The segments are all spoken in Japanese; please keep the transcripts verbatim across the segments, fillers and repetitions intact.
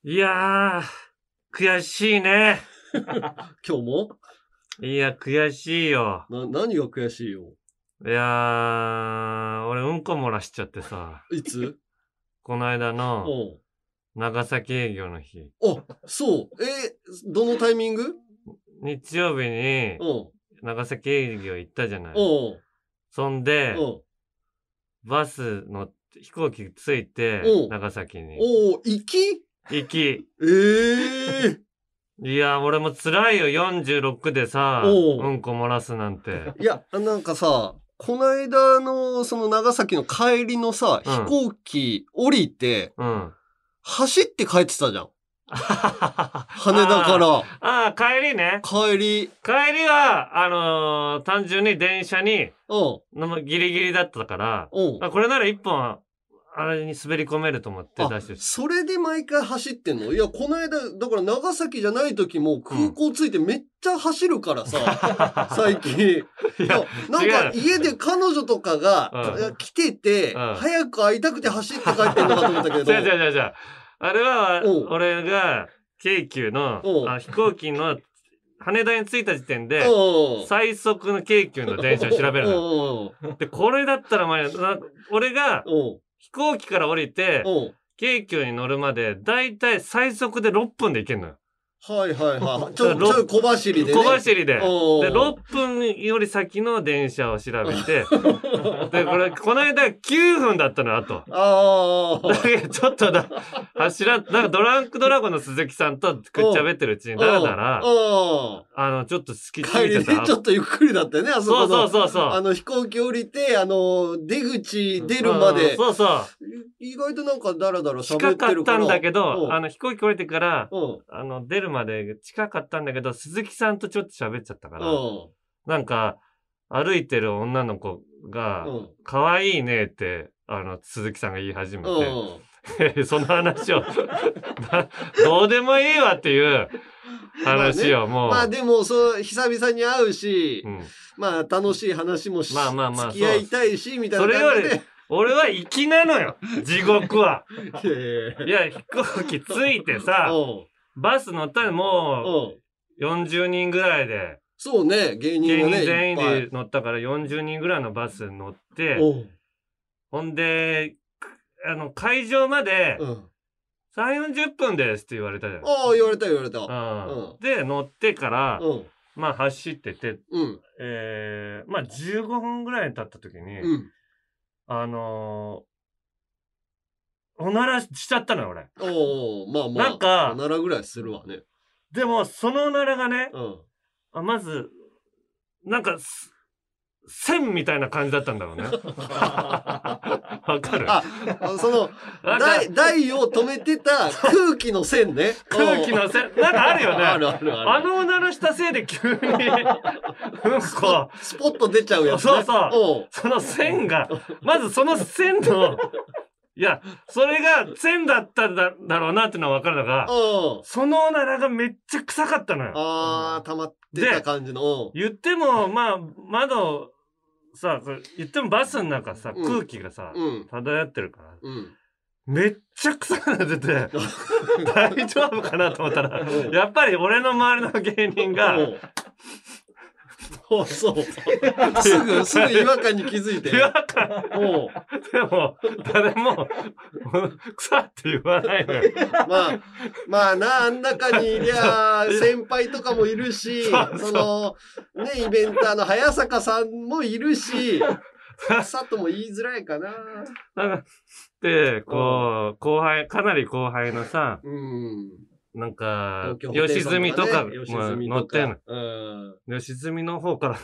いやー、悔しいね。 今日もいや、悔しいよ。 な、何が悔しいよ。 いやー、俺うんこ漏らしちゃってさ。 いつこの間のうん。 長崎営業の日。 あ、そう。え、どのタイミング日曜日にうん。 長崎営業行ったじゃない。 うん。 そんで、 うん。 バス乗って、飛行機着いてう、ん長崎に。 おお、行き行き。 ええいや、俺も辛いよ。よんじゅうろくでさ、 おううんこ漏らすなんて。 いや、なんかさ、この間のその長崎の帰りのさ、 うん飛行機降りて、 うん。 走って帰ってたじゃん。 羽羽田からああ、帰りね。 帰り。 帰りは、あのー単純に電車に、 うん。 のギリギリだったから、 うん。 あこれなら一本、あれに滑り込めると思ってあ出してる。 それで毎回走ってんのいや、この間、だから長崎じゃない時も空港着いてめっちゃ走るからさ、最近。いや、なんか家で彼女とかが、 うんいや来てて、 うん早く会いたくて走って帰ってんのかと思ったけど。 違う違う違う違う。あれはうん、 俺が、京急のうんあ飛行機の羽田に着いた時点で、 うん最速の京急の電車を調べるの。 うんで、これだったら前、な俺がうん飛行機から降りて、 うん京急に乗るまで、だいたい最速でろっぷんで行けんのよ。 はいはいはい。ちょ、ちろょい小走りでね。 小走りで。で、 おーろっぷんより先の電車を調べて、で、これ、この間きゅうふんだったの、あと。 ああ。 だけど、ちょっとだ、柱、なんかドランクドラゴンの鈴木さんとくっちゃべってるうちに、だらだら、 うんあの、ちょっと好きす帰りね、 ぎてた。 ちょっとゆっくりだったよね、あそこの。 そうそうそうそう。 あの、飛行機降りて、あの、出口出るまで。 そうそう。 意外となんかダラダラ喋近ってるから。 かったんだけど、 うんあの、飛行機降りてから、 うん。 あの、出るまで近かったんだけど、鈴木さんとちょっと喋っちゃったから、 うん。 なんか、歩いてる女の子が、 うん。 可愛いねって、あの、鈴木さんが言い始めうん。 て、その話をな、どうでもいいわっていう話をもう。 まあでも、そう、久々に会うし、 うんまあ楽しい話もし、 まあまあまあ付き合いたいし、みたいなそれより感じで。、 俺は粋なのよ、地獄は。 いやいやいやいや、飛行機着いてさ、 うんバス乗ったらもうん。 うよんじゅうにんぐらいで、 そうね、芸人芸がね。 人全員いっぱいで乗ったからよんじゅうにんぐらいのバス乗って、 うん。 ほんで、あの、会場までうん。 さんじゅう、よんじゅっぷんですって言われたじゃん。 ああ、言われた言われた。 うんうんで、乗ってから、 うん。 まあ走ってて、 うん。 えー、まあじゅうごふんぐらい経った時に、 うん。 あのー、おならしちゃったのよ、俺。 おおまあまあ。 なんかおならぐらいするわね。 でも、そのおならがね、 うん。 あまず、なんか、す線みたいな感じだったんだろうね。わかるあ、その、 なんか台、台を止めてた空気の線ね。 空気の線、なんかあるよね。 あるあるある。 あのおならしたせいで急に、うんこ、 スポッと出ちゃうやつね。 そうそうおうその線が、まずその線の、いや、それが線だったんだだろうなっていうのはわかるのが、 おうそのおならがめっちゃ臭かったのよ。 あー、溜まってた感じの。おう言っても、まあ、窓、さ、これ言ってもバスの中さ、 うん空気がさ、 うん。 漂ってるから、 うん。 めっちゃ臭くなってて、大丈夫かなと思ったら、やっぱり俺の周りの芸人が、 おうそう。すぐ、すぐ違和感に気づいて。 違和感、 おうでも、誰も、臭って言わないのよ。 まあ、まあな、あん中にいりゃ、先輩とかもいるし、 そうそうその、ね、イベンターの早坂さんもいるし、さとも言いづらいかな。 なんかで、こう、後輩、かなり後輩のさ、 うん。 なんか東、京ホテイ吉ソン住とかね吉も住と乗ってんのか。。うん。 吉住の方から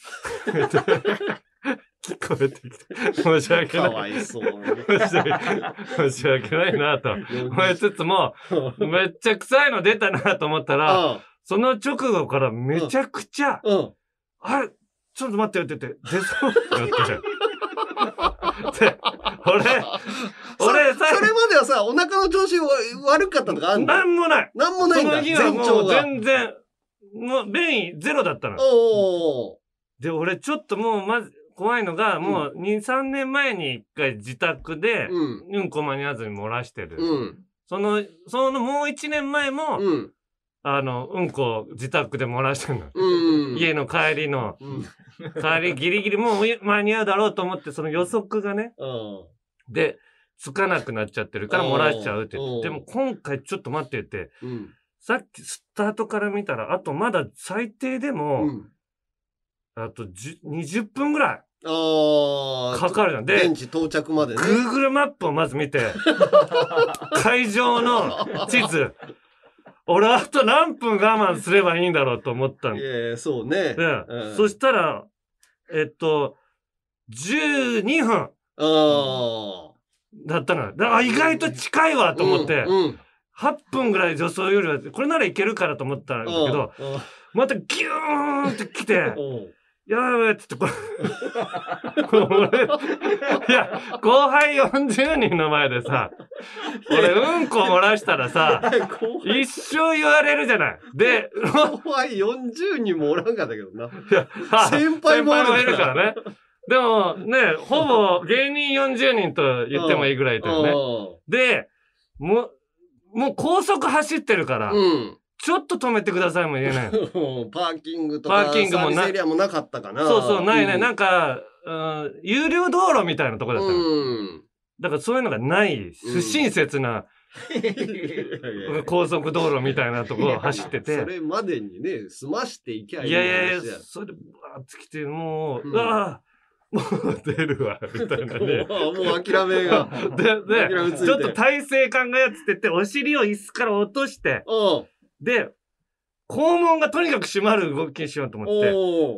聞こえてきて、申し訳かない。 わいそう。 申し訳申し訳ないなと思いつつも、めっちゃ臭いの出たなと思ったら、その直後からめちゃくちゃ、 うん。うん。 あれ、ちょっと待ってよって言って、出そうってなって。で、俺、俺さ、 それまではさ、お腹の調子わ悪かったとかあんのなんもない。 なんもないんだ。 その日はもう前兆が。 全然、もう便意ゼロだったの。 おー。 で、俺ちょっともうまず怖いのが、もうに、さんねんまえに一回自宅で、 うん。 うんこ間に合わずに漏らしてる。 うん。 その、そのもう一年前も、 うん。 あの、うんこ自宅で漏らしてんの。 うん。 家の帰りの。 うん。 帰りギリギリもう間に合うだろうと思って、その予測がね。 うん。 で、つかなくなっちゃってるから漏らしちゃうって言って。でも今回ちょっと待ってって、 うん、 さっきスタートから見たら、あとまだ最低でも、うん、あとにじゅっぷんぐらい。あかかるじゃん。で、 現地到着までね。 Google マップをまず見て、会場の地図。俺あと何分我慢すればいいんだろうと思ったんだ。 いやいや、そうね。 で、うん、そしたら、えっと、じゅうにふん。ああ。だったの。だから意外と近いわと思って、うんうん、はっぷんぐらい助走よりは、これならいけるからと思ったんだけど、またギューンって来て、やばいっつって、これ、俺、いや、後輩よんじゅうにんの前でさ、俺うんこ漏らしたらさ、一生言われるじゃない。で、 後輩よんじゅうにんもおらんかったけどな。いや、先輩もいるからね。でもね、ほぼ芸人よんじゅうにんと言ってもいいぐらいだよね。で、もう、もう高速走ってるから、うん、ちょっと止めてくださいも言えない。 パーキングとか、パーキングもな、サービスエリアもなかったかな。 そうそう、ないね。うん、なんか、うん、有料道路みたいなとこだったの。うん、だからそういうのがない、不親切な、うん、高速道路みたいなとこを走ってて。 それまでにね、済ましていきゃいい。 いやいやいや、それで、バーってきて、もう、うん、うわぁ。もう出るわ、みたいなね。 もう諦めが。 で、で、ちょっと体勢考えつってて、お尻を椅子から落として、で、肛門がとにかく閉まる動きにしようと思って、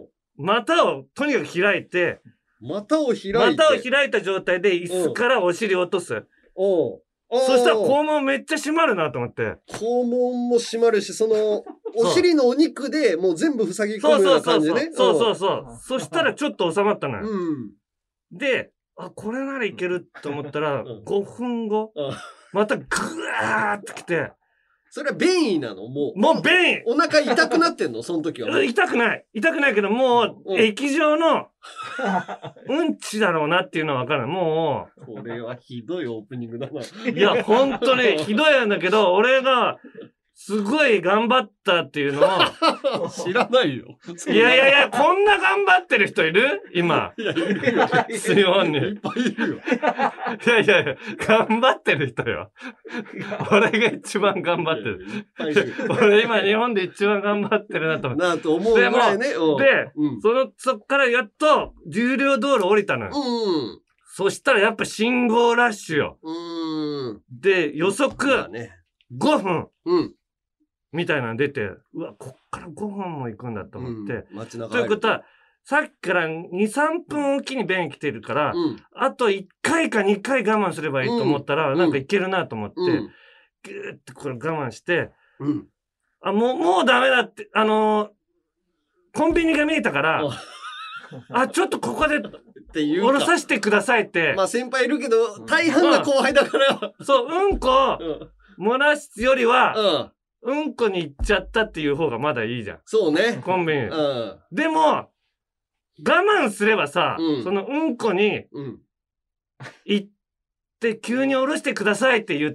股をとにかく開いて、 股を開いて股を開いた状態で椅子からお尻を落とす。そしたら肛門めっちゃ閉まるなと思って。 肛門も閉まるし、その、お尻のお肉でもう全部塞ぎ込むような感じね。 そうそうそう。そしたらちょっと収まったのよ。うん、で、あ、これならいけると思ったら、ごふんご、またぐわーってきて。 それは便意なのもう。 もう便意お腹痛くなってんのその時は。 痛くない。痛くないけど、もう、液状の、うんちだろうなっていうのはわかる。もう。これはひどいオープニングだな。 いや、ほんとにひどいんだけど、俺が、すごい頑張ったっていうのを。 知らないよ。 いやいやいや、こんな頑張ってる人いる今。 いや、いるよ。 水温に。 いっぱいいるよ。 いやいやいや、頑張ってる人よ。俺が一番頑張ってる。いっぱいいる俺今日本で一番頑張ってるなと思って。 なと思うぐらいね。 で、うん、その、そっからやっと、有料道路降りたのよ。うん、そしたらやっぱ信号ラッシュよ。うん、で、予測、ごふん。うんみたいなの出て、うわ、こっからごふんも行くんだと思って。うん、街中ということは、さっきからに、さんぷんおきに便来てるから、うん、あといっかいかにかい我慢すればいいと思ったら、うん、なんかいけるなと思って、うん、ぐーってこれ我慢して、うん、あ、もう、もうダメだって、あのー、コンビニが見えたから、あ、ちょっとここで、降ろさせてくださいって。 まあ先輩いるけど、大半が後輩だから。 そう、うんこ、漏らすよりは、うんこに行っちゃったっていう方がまだいいじゃん。 そうね。 コンビニ。うん、でも、我慢すればさ、うん、そのうんこに、行って急に降ろしてくださいって言った、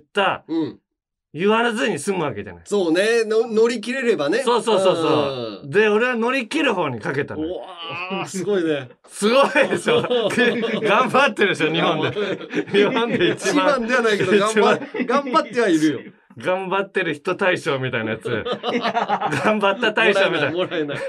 うん、言わずに済むわけじゃない。 そうね。の乗り切れればね。 そうそうそうそう。で、俺は乗り切る方にかけたの。うわすごいね。 すごいでしょ。頑張ってるでしょ、日本で。日本で一番。 一番ではないけど、頑張頑張ってはいるよ。 頑張ってる人大賞みたいなやつ。頑張った大賞みたいな。 もらえない。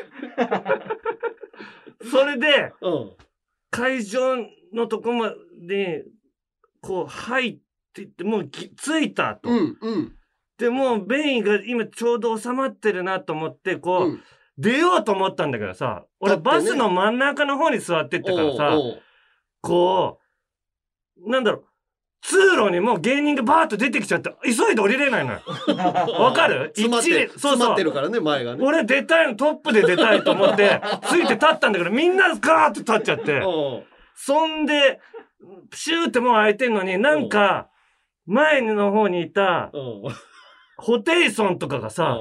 それで、うん、会場のとこまで、こう、入っていって、もう着いたと。うんうん、で、もう、便意が今ちょうど収まってるなと思って、こう、うん、出ようと思ったんだけどさ、俺、ね、バスの真ん中の方に座ってったからさ、おうおうこう、なんだろう、通路にもう芸人がバーッと出てきちゃって、急いで降りれないのよ。わかる？ 詰まってる。そうそう。詰まってるからね、前がね。 俺出たいの、トップで出たいと思って、ついて立ったんだけど、みんなガーッと立っちゃって。そんで、シューってもう開いてんのに、なんか、前の方にいた、ホテイソンとかがさ、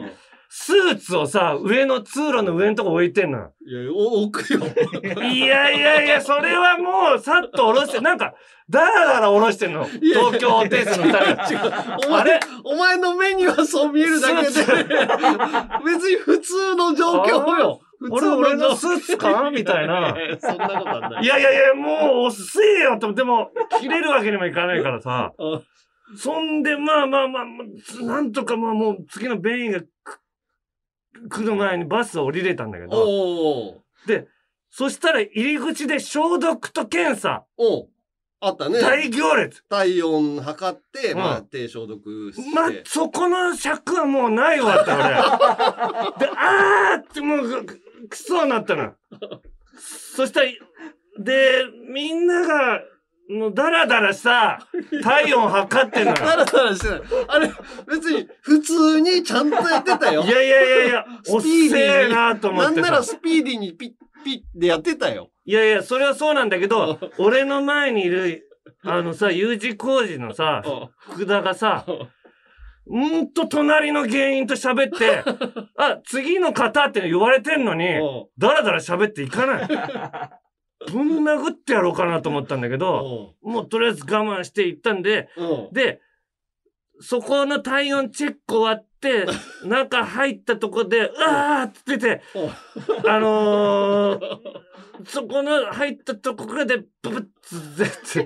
スーツをさ、上の通路の上のとこ置いてんの。 いや、置くよ。 いやいやいや、それはもう、さっと下ろして、なんか、だらだら下ろしてんの。東京ホテイソンの二人が。違う。 お前、お前の目にはそう見えるだけで、別に普通の状況よ。 俺、俺のスーツかみたいな。 そんなことはない。 いやいやいや、もう遅えよと。でも、切れるわけにもいかないからさ。そんで、まあまあまあ、なんとかまあもう次の便意が来る前にバスを降りれたんだけど。で、そしたら入り口で消毒と検査。 あったね。 大行列。 体温測って、まあ、手消毒して。 まあ、そこの尺はもうないわって俺。で、あーってもう、くそになったの。そしたら、で、みんなが、もうダラダラさ、体温測ってんのよ。 ダラダラしてない。あれ、別に普通にちゃんとやってたよ。 いやいやいやいや、おっせえなと思って。 なんならスピーディーにピッピッでやってたよ。 いやいや、それはそうなんだけど、俺の前にいる、あのさ、U 字工事のさ、福田がさ、うんと隣の芸人と喋って、あ、次の方って言われてんのに、だらだら喋っていかない。ぶん殴ってやろうかなと思ったんだけど、もうとりあえず我慢して行ったんで、で、そこの体温チェック終わって、中入ったとこで、うわーって出て、あのー、そこの入ったところで、ブブッツゼって。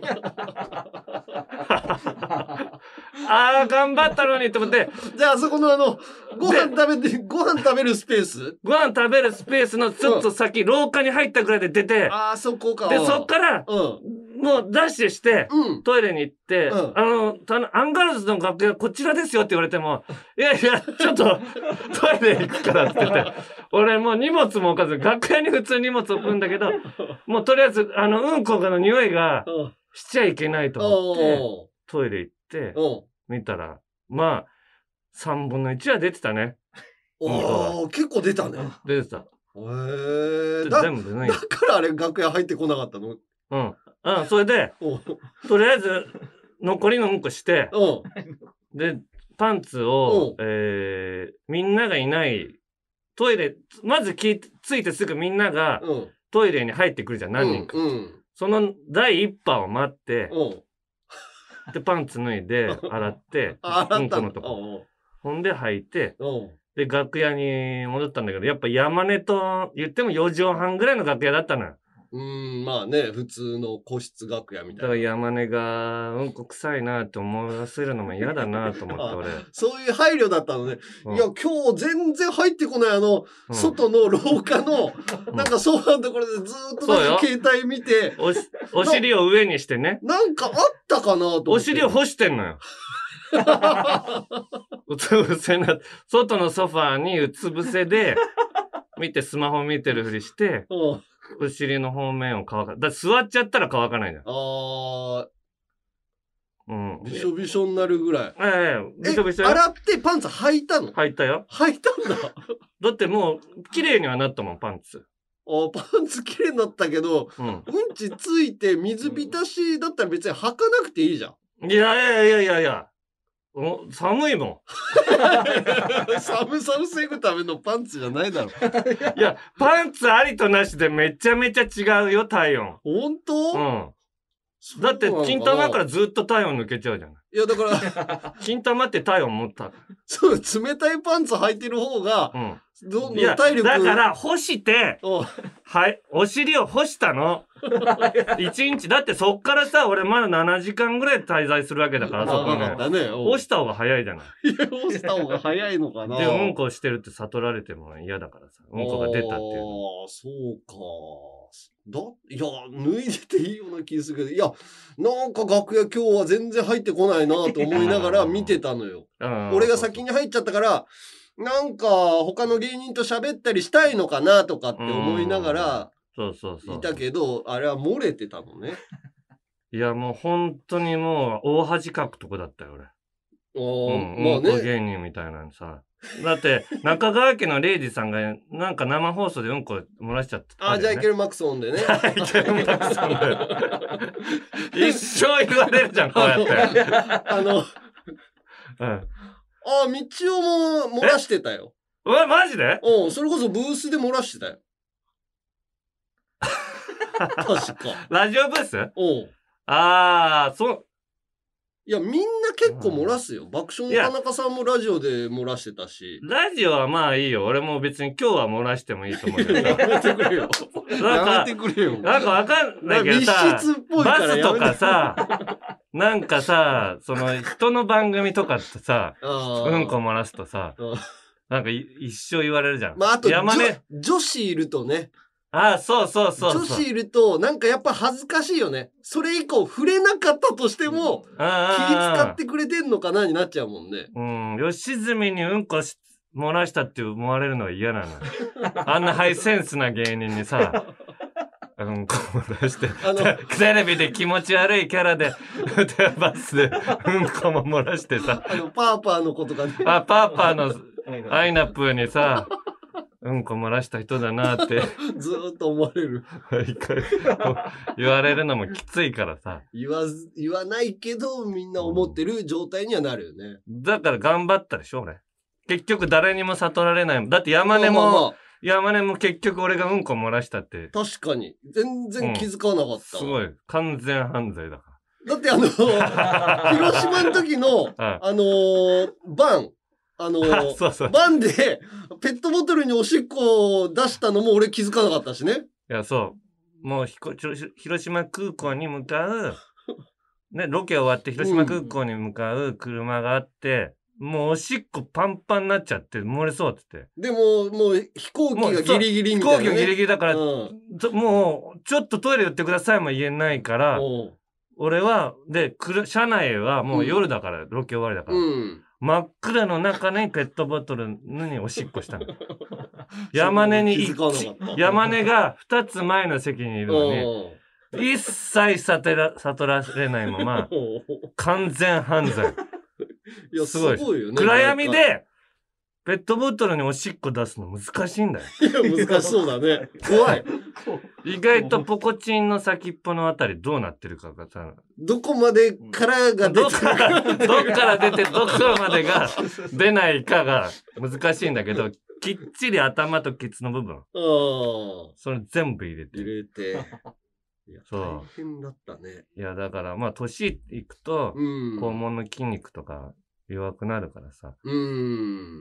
ああ、頑張ったのにと思って。 じゃあ、そこのあの、ご飯食べて、ご飯食べるスペースご飯食べるスペースのちょっと先、廊下に入ったぐらいで出て。 ああ、そこか。 で、そっから、もうダッシュして、トイレに行って、あの、アンガールズの楽屋こちらですよって言われても、いやいや、ちょっと、トイレ行くからって言って、俺もう荷物も置かず、楽屋に普通に荷物置くんだけど、もうとりあえず、あの、うんこの匂いがしちゃいけないと思って、トイレ行って、見たら、まあ、さんぶんのいちは出てたね。 おー、結構出たね。 出てた。へえ。全部出ない。だからあれ楽屋入ってこなかったの？ うん。うん、それで、とりあえず、残りのうんこして、で、パンツを、えー、みんながいない、トイレ、まずきついてすぐみんなが、トイレに入ってくるじゃん、何人か。その第一波を待って、で、パンツ脱いで、洗って、うんこのとこ。ほんで履いて、で、楽屋に戻ったんだけど、やっぱ山根と言ってもよじはんぐらいの楽屋だったのよ。 うん、まあね、普通の個室楽屋みたいな。 だから山根が、うんこ臭いなって思わせるのも嫌だなと思って俺。 そういう配慮だったのね。うん、いや、今日全然入ってこないあの、うん、外の廊下の、なんかソファのところでずーっとなんか携帯見てお。お尻を上にしてね。 なんかあったかなと思って。 お尻を干してんのよ。うつ伏せな、外のソファーにうつ伏せで、見てスマホ見てるふりして、お尻の方面を乾か、だ座っちゃったら乾かないじゃん。あー。うん。びしょびしょになるぐらい。 ええ、びしょびしょ。 洗ってパンツ履いたの？ 履いたよ。 履いたんだ。 だってもう、綺麗にはなったもん、パンツ。 あ、パンツ綺麗になったけど、うん、うんちついて水浸しだったら別に履かなくていいじゃん。いやいやいやいやいや。お寒いもん。 寒さを防ぐためのパンツじゃないだろ。 いや、パンツありとなしでめちゃめちゃ違うよ、体温。 本当？ うん。だって、金玉からずっと体温抜けちゃうじゃない。 いや、だから、 金玉って体温持った。 そう、冷たいパンツ履いてる方が、うん。どんどん体力。だから、干して、はい、お尻を干したの。一日、だってそっからさ、俺まだななじかんぐらい滞在するわけだから、そこね。 ね。 干した方が早いじゃない。 いや、干した方が早いのかな。 で、うんこしてるって悟られても嫌だからさ、うんこが出たっていう。ああ、 そうか。だ、いや、脱いでていいような気するけど、いや、なんか楽屋今日は全然入ってこないなと思いながら見てたのよ。俺が先に入っちゃったから、なんか他の芸人と喋ったりしたいのかなとかって思いながら、 そうそうそう。 いたけど、あれは漏れてたのね。 いや、もう本当にもう大恥かくとこだったよ、俺。 おー、 うん、まあね。芸人みたいなのさ。だって、中川家のレイジさんが、なんか生放送でうんこ漏らしちゃった、 ね。あ、じゃあイケル・マックスオンでね。 イケル・マックスオンで。一生言われるじゃん、こうやって。 あの、うん。あ、道夫も漏らしてたよ。 うわ、マジで？ うん、それこそブースで漏らしてたよ。確か。 ラジオブース？ うん。 ああ、そう。 いや、みんな結構漏らすよ。爆笑の田中さんもラジオで漏らしてたし。 ラジオはまあいいよ。俺も別に今日は漏らしてもいいと思うけど。 やめてくれよ。やめてくれよ。 なんかわかんないけどさ、 密室っぽいからバスとかさ、なんかさ、その人の番組とかってさ、うんこ漏らすとさ、なんか一生言われるじゃん。 まああと、山根女子いるとね。 ああ、そうそうそうそう。 女子いると、なんかやっぱ恥ずかしいよね。それ以降触れなかったとしても、気使ってくれてんのかなになっちゃうもんね。 うん。吉住にうんこし漏らしたって思われるのは嫌なの。あんなハイセンスな芸人にさ、うんこ漏らして、あのテレビで気持ち悪いキャラで、バスでうんこも漏らしてさ。 あの、パーパーの子とかね。 あ、パーパーのアイナップーにさ、うんこ漏らした人だなって。 ずーっと思われる。 毎回言われるのもきついからさ。 言わず、言わないけど、みんな思ってる状態にはなるよね。 だから頑張ったでしょ、俺。結局誰にも悟られない。だって山根も、まあまあまあ、山根も結局俺がうんこ漏らしたって。 確かに。全然気づかなかった。 うん、すごい。完全犯罪だから。 だってあの、広島の時の、あのー、バン。あのー、そうそうバンでペットボトルにおしっこを出したのも俺気づかなかったしね。 いや、そう。もうひこ広島空港に向かう、ね、ロケ終わって広島空港に向かう車があって、うん、もうおしっこパンパンになっちゃって漏れそうって言って。 でも、もう飛行機がギリギリみたいな、ね。 飛行機がギリギリだから、うん、もうちょっとトイレ寄ってくださいも言えないから、俺は、で、車内はもう夜だから、うん、ロケ終わりだから。うん真っ暗の中にペットボトルにおしっこしたの。山根に、山根が二つ前の席にいるのに、一切悟ら、悟られないまま、完全犯罪。 いや、すごい。すごいよね。 暗闇で、ペットボトルにおしっこ出すの難しいんだよ。 いや、難しそうだね。怖い。 意外とポコチンの先っぽのあたりどうなってるかがさ。 どこまでからが出てるか。 どっから出て、どこまでが出ないかが難しいんだけど、きっちり頭とケツの部分。それ全部入れて。 入れて。いや、 そう大変だったね。 いや、だから、まあ、年いくと、肛門の筋肉とか、弱くなるからさ。うん。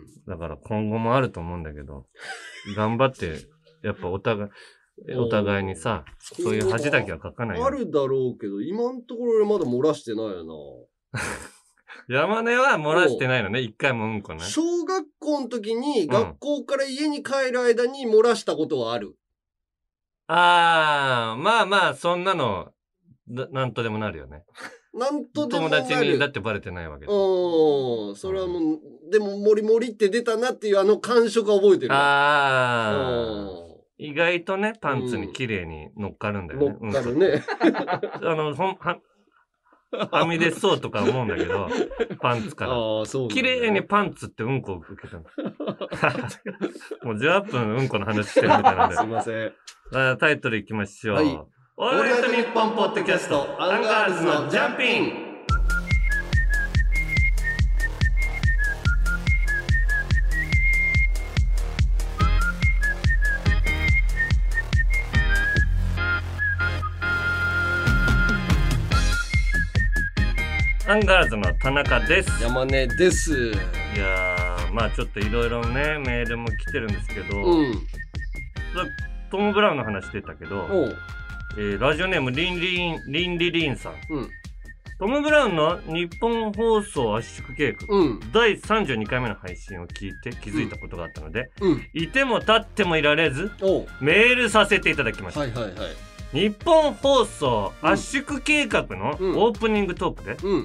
だから今後もあると思うんだけど、頑張って、やっぱお互い、お互いにさ、そういう恥だけはかかないよ。 あるだろうけど、今のところ俺まだ漏らしてないよな。 山根は漏らしてないのね、一回もうんこね。 小学校の時に、学校から家に帰る間に漏らしたことはある。うん、 あー、まあまあ、そんなの、なんとでもなるよね。 なんとでもなる。友達にだってバレてないわけで。 うん。それはもう、でも、もりもりって出たなっていうあの感触は覚えてる。 ああ。意外とね、パンツに綺麗に乗っかるんだよね。 乗っかるね。 あの、ほん、は、はみ出そうとか思うんだけど、パンツから。 ああ、そう。 綺麗にパンツってうんこを受けたの。もうじゅうはっぷんうんこの話してるみたいなんで。 すいません。 タイトルいきましょう。はい。オールナイトニッポンポッドキャストアンガールズのジャンピン。アンガールズの田中です。 山根です。いやー、まあちょっといろいろねメールも来てるんですけど、うん、トム・ブラウンの話出たけど、えー、ラジオネームリンリンリンリリンさん、うん、トム・ブラウンの日本放送圧縮計画、うん、だいさんじゅうにかいめの配信を聞いて気づいたことがあったので、うん、いても立ってもいられずメールさせていただきました。はいはいはい、日本放送圧縮計画のオープニングトークで、うん、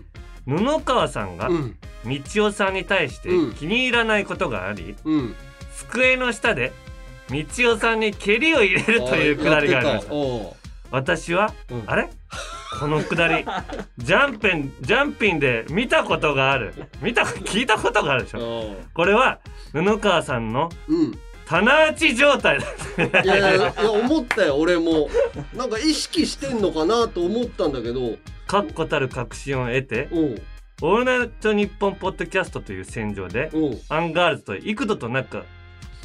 布川さんが道夫さんに対して気に入らないことがあり、うん、机の下で道夫さんに蹴りを入れるというくだりがありました。私は、うん、あれこのくだりジャンピンジャンピンで見たことがある見た聞いたことがあるでしょ。これは布川さんの、うん棚打ち状態だ。 いやいやいや思ったよ俺もなんか意識してんのかなと思ったんだけど確固たる確信を得てオールナイトニッポンポッドキャストという戦場でアンガールズと幾度となく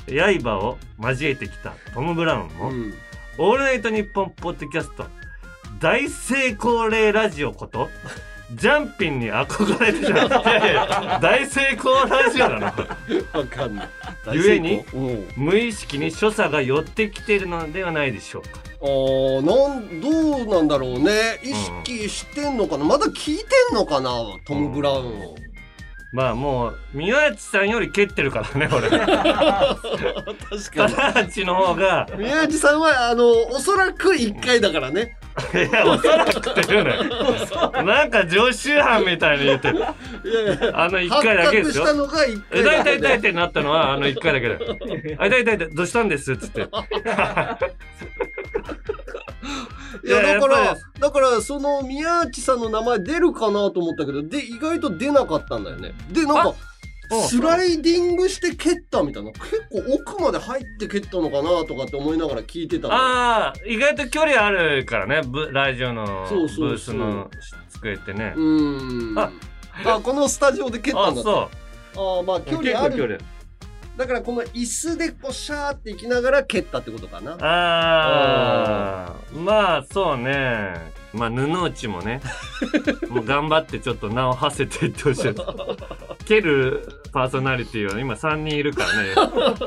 刃を交えてきたトム・ブラウンも、うん、オールナイトニッポンポッドキャスト大成功例ラジオことジャンピンに憧れてじゃん大成功ラジオなのわかんないゆえに無意識に所作が寄ってきているのではないでしょうか。 あーなんどうなんだろうね。意識してんのかな、うん、まだ聞いてんのかなトム・ブラウンを、うん、 まあもう宮内さんより蹴ってるからね俺確かに宮内の方が宮内さんはあのおそらくいっかいだからねいやおそらくって言うねなんか常習犯みたいに言ってる。いやいやあのいっかいだけですよ。 発覚したのがいっかいだけで、 痛い痛い痛いってなったのはあのいっかいだけだよあ痛い痛い痛いどうしたんですっつっていやだからだからその宮内さんの名前出るかなと思ったけどで意外と出なかったんだよね。でなんかスライディングして蹴ったみたいな結構奥まで入って蹴ったのかなとかって思いながら聞いてたの。 ああ意外と距離あるからねラジオのブースの机ってね。 うんああこのスタジオで蹴ったんだって。あそうあまあ距離あるだからこの椅子でこうシャーって行きながら蹴ったってことかな。 ああまあそうねまあ布内もねもう頑張ってちょっと名を馳せていってほしい蹴るパーソナリティは今さんにんいるからね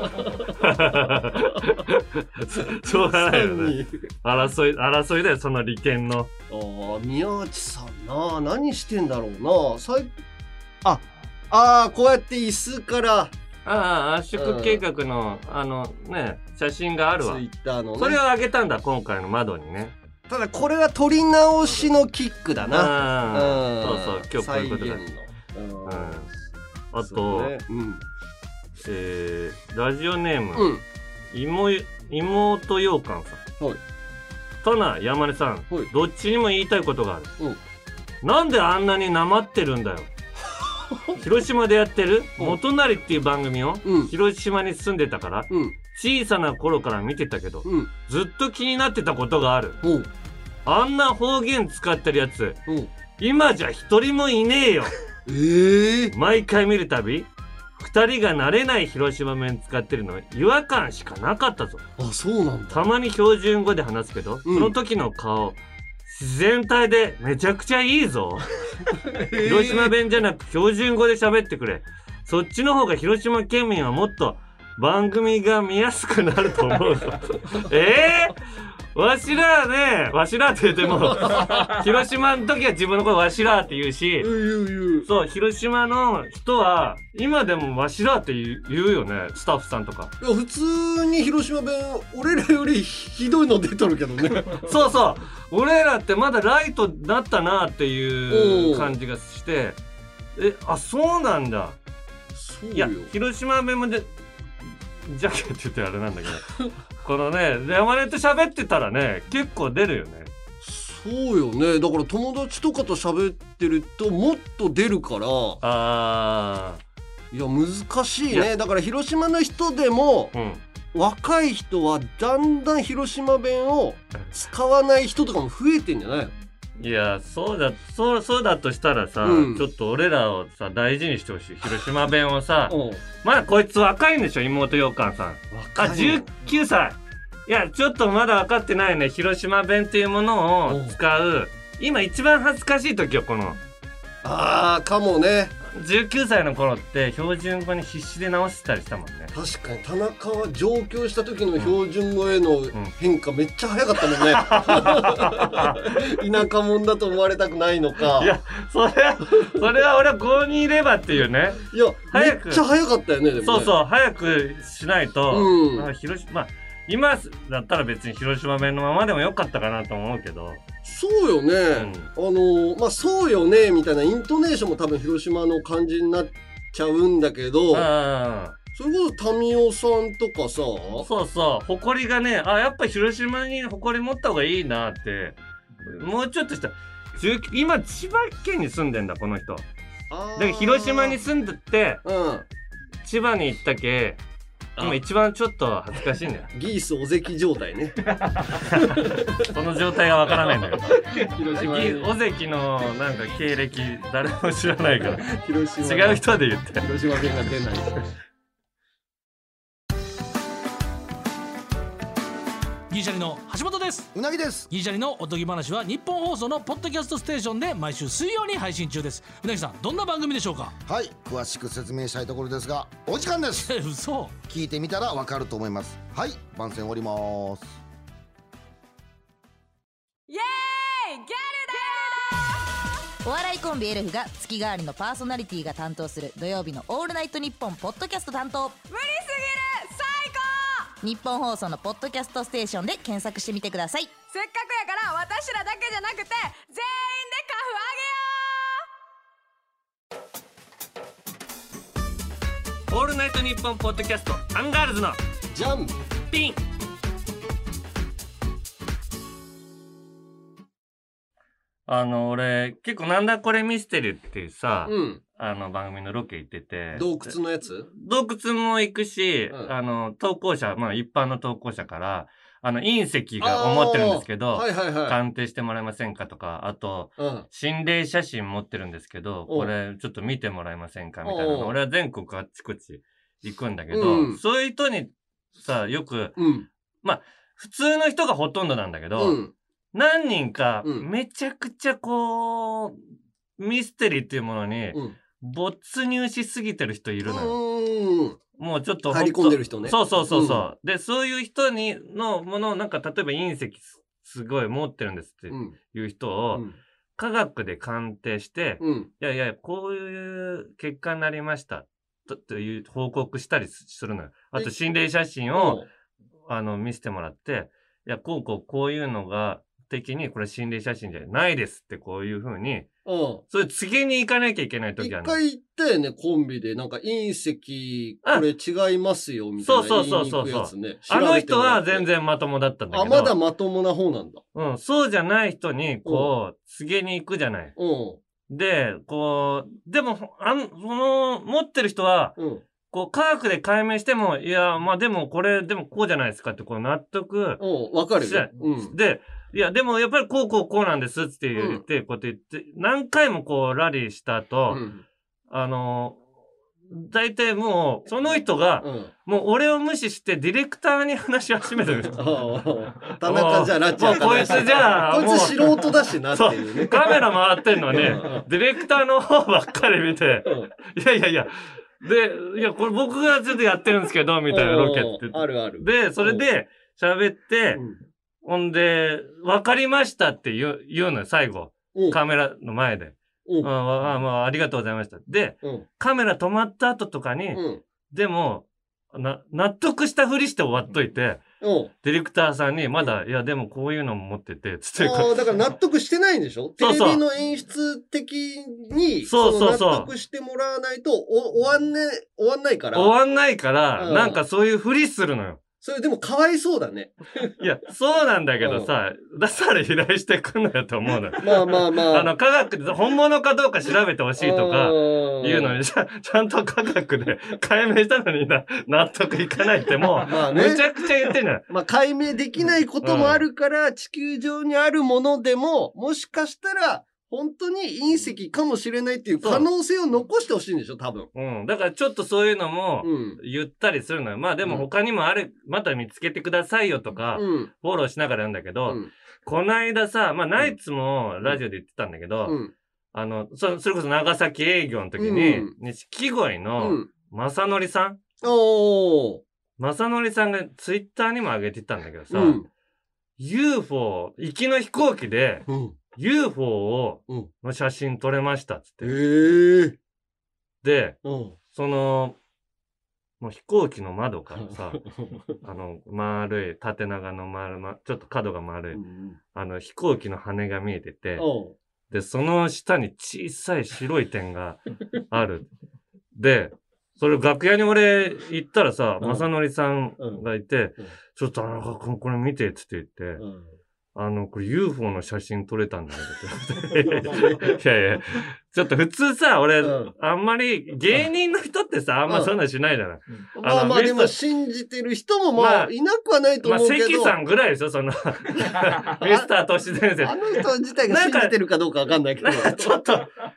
しょうがないよね争い争いだよその利権の。 ああ宮内さんな何してんだろうなさいああこうやって椅子からああ圧縮計画の、うん、あのね写真があるわツイッターの、ね、 それを上げたんだ今回の窓にね。 ただこれは撮り直しのキックだな、 うん、そうそう今日こういうことだ、うんうん、あと、ねうんえー、ラジオネーム、うん、妹妹ようかんさん、はい、トナ山根さん、はい、どっちにも言いたいことがある、うん、なんであんなになまってるんだよ広島でやってる元成っていう番組を、うん、広島に住んでたから、うん、小さな頃から見てたけど、うん、ずっと気になってたことがある、うん、あんな方言使ってるやつ、うん、今じゃ一人もいねえよえー、毎回見るたび二人が慣れない広島弁使ってるの違和感しかなかったぞ。 あそうなんだ。 たまに標準語で話すけど、うん、その時の顔自然体でめちゃくちゃいいぞ広島弁じゃなく標準語で喋ってくれ。そっちの方が広島県民はもっと番組が見やすくなると思うぞえー、わしらねわしらって言っても広島の時は自分の声わしらって言うしそう広島の人は今でもわしらって言うよねスタッフさんとか。 いや普通に広島弁俺らよりひどいの出とるけどねそうそう俺らってまだライトだったなっていう感じがしてえあそうなんだ。 そうよいや広島弁もでジャケって言ってあれなんだけどこのね山根と喋ってたらね結構出るよね。 そうよねだから友達とかと喋ってるともっと出るからあいや難しいね。だから広島の人でも、うん、若い人はだんだん広島弁を使わない人とかも増えてんじゃないの。 いやそうだそうそうだとしたらさ、うん、ちょっと俺らをさ大事にしてほしい広島弁をさまだこいつ若いんでしょ妹ようかんさん。あじゅうきゅうさいいやちょっとまだ分かってないね広島弁っていうものを使う今一番恥ずかしい時よこのあーかもね。 じゅうきゅうさいの頃って標準語に必死で直してたりしたもんね。 確かに田中は上京した時の標準語への変化めっちゃ早かったもんね、うん、田舎者だと思われたくないのか。 いやそれはそれは俺はごにいればっていうね。 いや早くめっちゃ早かったよね。でもねそうそう早くしないと、うん、広島まあ今だったら別に広島弁のままでもよかったかなと思うけど。 そうよね、うん、あのー、まあそうよねみたいなイントネーションも多分広島の感じになっちゃうんだけどあそれこそ民生さんとかさそうそう誇りがねあやっぱ広島に誇り持った方がいいなってもうちょっとした今千葉県に住んでんだこの人だから広島に住んでって、うん、千葉に行ったけ今一番ちょっと恥ずかしいんだよギースお関状態ねその状態がわからないんだけど広島にお関のなんか経歴誰も知らないから広島違う人で言って広島弁が出ないギリシャリの橋本です。 うなぎです。 ギリシャリのおとぎ話は日本放送のポッドキャストステーションで毎週水曜に配信中です。うなぎさん、どんな番組でしょうか？ はい、詳しく説明したいところですがお時間です。 嘘。 聞いてみたらわかると思います。はい、番宣終わります。 イエーイ、ギャルだよ。お笑いコンビエルフが月替わりのパーソナリティが担当する土曜日のオールナイトニッポンポッドキャスト担当。無理すぎる、最高。日本放送のポッドキャストステーションで検索してみてください。せっかくやから私らだけじゃなくて全員でカフあげよう。オールナイトニッポンポッドキャストアンガールズのジャンピン。あの俺結構なんだこれミステリーっていうさ、うん、あの番組のロケ行ってて、 洞窟のやつ洞窟も行くし、うん、あの投稿者、まあ一般の投稿者からあの隕石が思ってるんですけど、はいはいはい、鑑定してもらえませんかとか、あと、うん、心霊写真持ってるんですけど、これちょっと見てもらえませんかみたいなの。俺は全国あっちこっち行くんだけど、うん、そういう人にさ、よく、うん、まあ普通の人がほとんどなんだけど、うん、何人かめちゃくちゃこう、ミステリーっていうものに没入しすぎてる人いるのよ。もうちょっと入り込んでる人ね。 そうそうそうそう、うん、でそういう人にのものをなんか例えば隕石すごい持ってるんですっていう人を、うん、科学で鑑定して、うん、いやいやこういう結果になりましたと、という報告したりするのよ。あと心霊写真をあの見せてもらって、いやこうこうこういうのが的にこれ心霊写真じゃないですってこういう風に、うん、それ次に行かなきゃいけない時ある。 一回行ったよね、コンビで。なんか隕石これ違いますよみたいな言いに行くやつね。 あの人は全然まともだったんだけど。 あ、まだまともな方なんだ。 うん、そうじゃない人にこう、告げに行くじゃない。うん。で、こう、でも、あの、その、持ってる人は、うん、こう、科学で解明しても、いや、まあでもこれ、でもこうじゃないですかって、こう納得。 うん、わかるよ。 うん。で、いや、でもやっぱりこうこうこうなんですって言って、うん、こうやって言って、何回もこうラリーした後、うん、あの、大体もう、その人が、うん、もう俺を無視してディレクターに話し始めてるんです。 田中じゃラッチもうこいつじゃあ、こいつ素人だしなっていうね。 カメラ回ってんのに、ディレクターの方ばっかり見て、いやいやいや、で、いや、これ僕がちょっとやってるんですけど、みたいなロケって。 あるある。 で、それで喋って、ほんで、わかりましたって言う、言うのよ、最後。カメラの前で。うん、ああ、まあ、ありがとうございました。で、うん、カメラ止まった後とかに、うん、でも、な、納得したふりして終わっといて、うん、ディレクターさんに、まだ、いや、でもこういうのも持ってて、つって。 ああ、だから納得してないんでしょ？テレビの演出的に、そうそうそう。納得してもらわないと、お、終わんね、終わんないから。 終わんないから、なんかそういうふりするのよ。 それでもかわいそうだね。 いや、そうなんだけどさ、だったら依頼してくんなよと思うのよ。 まあまあまあ。 あの、科学で本物かどうか調べてほしいとか、いうのにちゃ、ちゃんと科学で解明したのにな、納得いかないってもう、まあね、むちゃくちゃ言ってんじゃん。 まあ解明できないこともあるから、うん、地球上にあるものでも、もしかしたら、本当に隕石かもしれないっていう可能性を残してほしいんでしょ、多分。 うん。だからちょっとそういうのも言ったりするのよ。うん、まあでも他にもあれ、また見つけてくださいよとか、うん、フォローしながらやるんだけど、うん、こないださ、まあナイツもラジオで言ってたんだけど、うん、あの、そ、それこそ長崎営業の時に、錦鯉の正則さん、おー。正則さんがツイッターにも上げてたんだけどさ、うん、ユーフォー、行きの飛行機で、うん、ユーフォー を、の写真撮れましたっつって。へー。で、うん、その、もう飛行機の窓からさ、あの、丸い、縦長の丸、ま、ちょっと角が丸い、うん、あの、飛行機の羽が見えてて、で、その下に小さい白い点がある。で、それ楽屋に俺行ったらさ、うん、正則さんがいて、うん、ちょっとあの、これ見てって言って、うん、あの、これ ユーフォー の写真撮れたんだけどって。いやいや、ちょっと普通さ、俺、うん、あんまり芸人の人ってさ、あんまそんなしないじゃない。 うん、まあまあでも信じてる人もまあ、いなくはないと思うけど。まあ、 関さんぐらいでしょ、その、ミスター都市伝説。 あの人自体が信じてるかどうかわかんないけど。 ちょっと、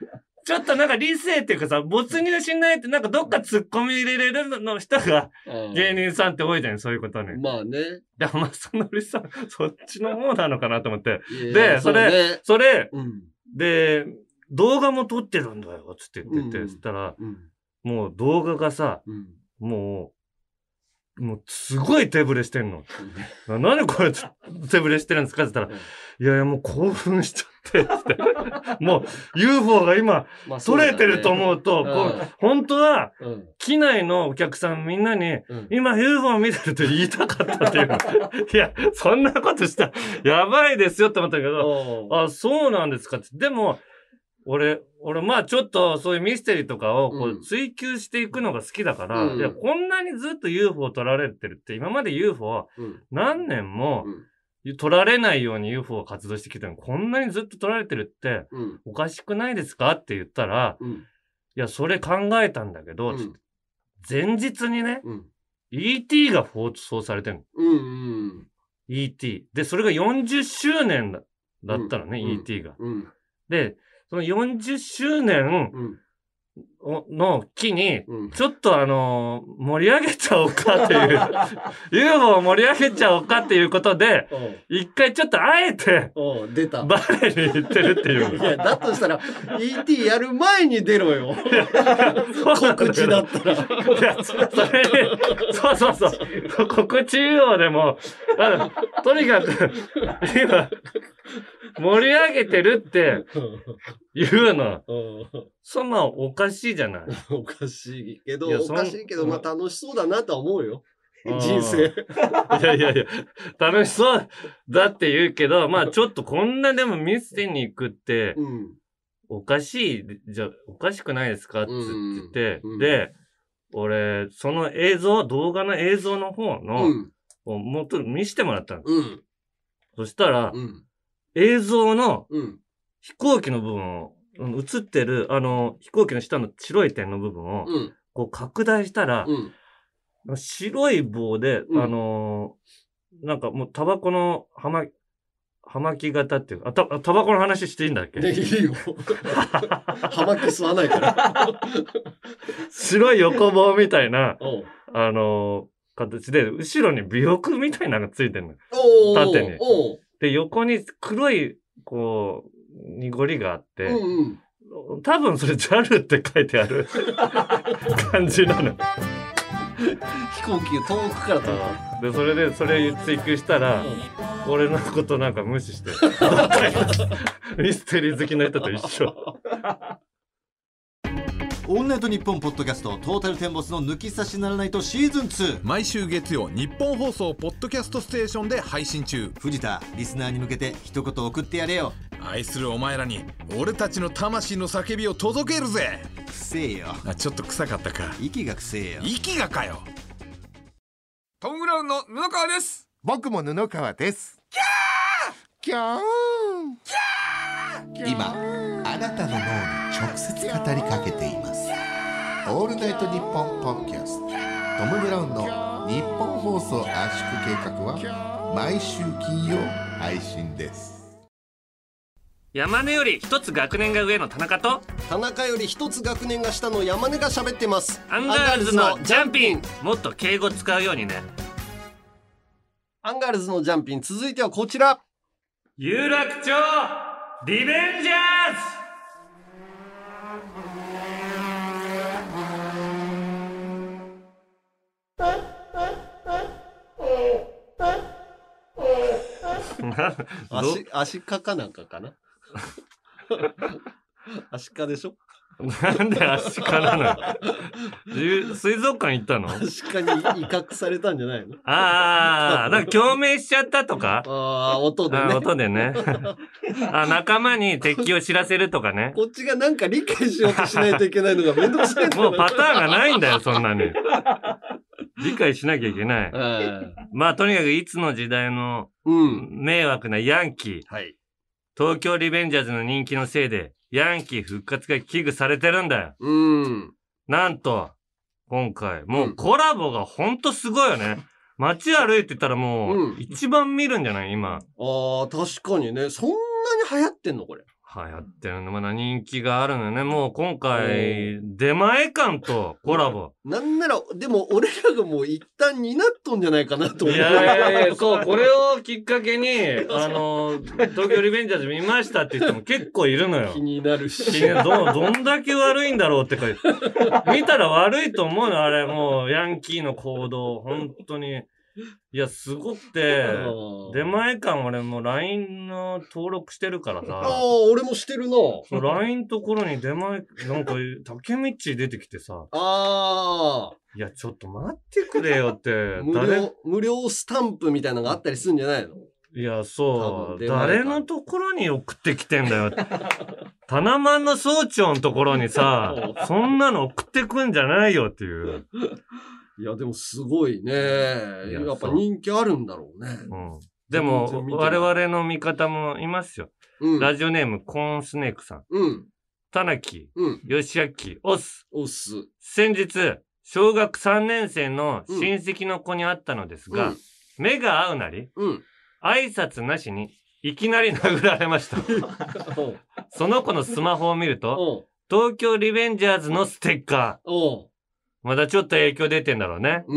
ちょっとなんか理性っていうかさ、没入しないってなんかどっか突っ込み入れれるの人が芸人さんって多いじゃん、そういうことね。 まあね。 でもまあ、そのりさん、そっちの方なのかなと思って。で、それ、そ, ね、それ、うん、で、動画も撮ってるんだよ、つって言ってて、うん、そしたら、うん、もう動画がさ、うん、もう、もう、すごい手ぶれしてんの。何これ手ぶれしてるんですかって言ったら、いやいや、もう興奮しちゃってって。もう、ユーフォー が今、まあね、取れてると思うと、うん、こう本当は、うん、機内のお客さんみんなに、うん、今 ユーフォー 見てると言いたかったっていう。いや、そんなことしたら、やばいですよって思ったけど、あ、そうなんですかって。でも、俺、俺、まあちょっとそういうミステリーとかをこう追求していくのが好きだから、うん、いや、こんなにずっと ユーフォー 取られてるって、今まで ユーフォー は何年も取られないように ユーフォー が活動してきたのに、こんなにずっと取られてるっておかしくないですかって言ったら、うん、いや、それ考えたんだけど、うん、前日にね、うん、イーティー が放送されてるの。うんうん、イーティー。で、それがよんじゅっしゅうねんだったのね、うん、イーティー が。うん、で、そのよんじゅっしゅうねんの期に、ちょっとあのー、盛り上げちゃおうかっていう、ユーフォー を盛り上げちゃおうかっていうことで、一回ちょっとあえて、 出た。 バレに行ってるっていう。 いや、だとしたら、イーティー やる前に出ろよ。告知だったら。いや、それ、 そうそうそう。告知用でも、あの、とにかく、今、盛り上げてるって言うの。そんなおかしいじゃない。 おかしいけど、おかしいけど、まあ楽しそうだなとは思うよ。人生。 いやいやいや、楽しそうだって言うけど、まあちょっとこんなでも見せに行くって、うん、おかしい、じゃおかしくないですかって言って、うん、で、俺、その映像、動画の映像の方の、うん、をもっと見せてもらったの。うん、そしたら、うん、映像の飛行機の部分を、映ってる、あの、飛行機の下の白い点の部分を、うん、こう拡大したら、うん、白い棒で、うん、あのー、なんかもうタバコのはま、はまき型っていうか、あ、た、タバコの話していいんだっけ？ いいよ。はまき吸わないから。 白い横棒みたいな、あのー、形で、後ろに尾翼みたいなのがついてるの。縦に。で、横に黒い、こう、濁りがあって、うんうん、多分それ ジャル って書いてある感じなの。 飛行機が遠くから飛ぶ。で、それで、それ追求したら、うん、俺のことなんか無視して。ミステリー好きな人と一緒。 オールナイトニッポンポッドキャストトータルテンボスの抜き差しならないとシーズンツー、 毎週月曜日本放送ポッドキャストステーションで配信中。 藤田、リスナーに向けて一言送ってやれよ。 愛するお前らに俺たちの魂の叫びを届けるぜ。 くせえよ。 あ、ちょっと臭かったか。 息がくせえよ。 息がかよ。トム・ブラウンの布川です。 僕も布川です。キャーキャーキャー。今あなたの脳に直接語りかけています。オールナイトニッポンポッドキャストトム・ブラウンの日本放送圧縮計画は毎週金曜配信です。 山根より一つ学年が上の田中と田中より一つ学年が下の山根が喋ってます。 アンガールズのジャンピン。もっと敬語使うようにね。 アンガールズのジャンピン、続いてはこちら。 有楽町リベンジャーズ。 足、足かかなんかかなアシカでしょ。 なんでアシカなの？水族館行ったの？ アシカに威嚇されたんじゃないの？ ああ、なんか共鳴しちゃったとか？ ああ、音でね。 音でね。あ、仲間に敵を知らせるとかね。 こっちがなんか理解しようとしないといけないのがめんどくさい。 もうパターンがないんだよ、そんなに。理解しなきゃいけない。まあ、とにかくいつの時代の迷惑なヤンキー。はい、東京リベンジャーズの人気のせいで、ヤンキー復活が危惧されてるんだよ。うん。なんと、今回、もうコラボがほんとすごいよね。街歩いてたらもう、一番見るんじゃない今。 ああ、確かにね。そんなに流行ってんのこれ。 流行ってるの、まだ人気があるのよね。もう今回、出前館とコラボ。 なんなら、でも俺らがもう一旦担っとんじゃないかなと思う。 いやいやいや、そう、これをきっかけに、あの、東京リベンジャーズ見ましたって人も結構いるのよ。 気になるし。 気にど、どんだけ悪いんだろうってか、見たら悪いと思うの、あれ、もう、ヤンキーの行動、本当に。いや、すごくて、出前館俺もう ライン の登録してるからさ。 ああ、俺もしてるな。 ライン ところに出前、なんか、竹道出てきてさ。 ああ。 いや、ちょっと待ってくれよって。 無料、無料スタンプみたいなのがあったりするんじゃないの？ いや、そう。誰のところに送ってきてんだよ。タナマンの総長のところにさ、そんなの送ってくんじゃないよっていう。 いや、でもすごいね。や, やっぱ人気あるんだろうね。 うん、でも、我々の味方もいますよ。うん、ラジオネーム、コーンスネークさん。うん。田中、うん。吉明、オス。 オス。 先日、小学さんねん生の親戚の子に会ったのですが、うん、目が合うなり、うん、挨拶なしに、いきなり殴られました。その子のスマホを見ると、東京リベンジャーズのステッカー。まだちょっと影響出てんだろうね。うん、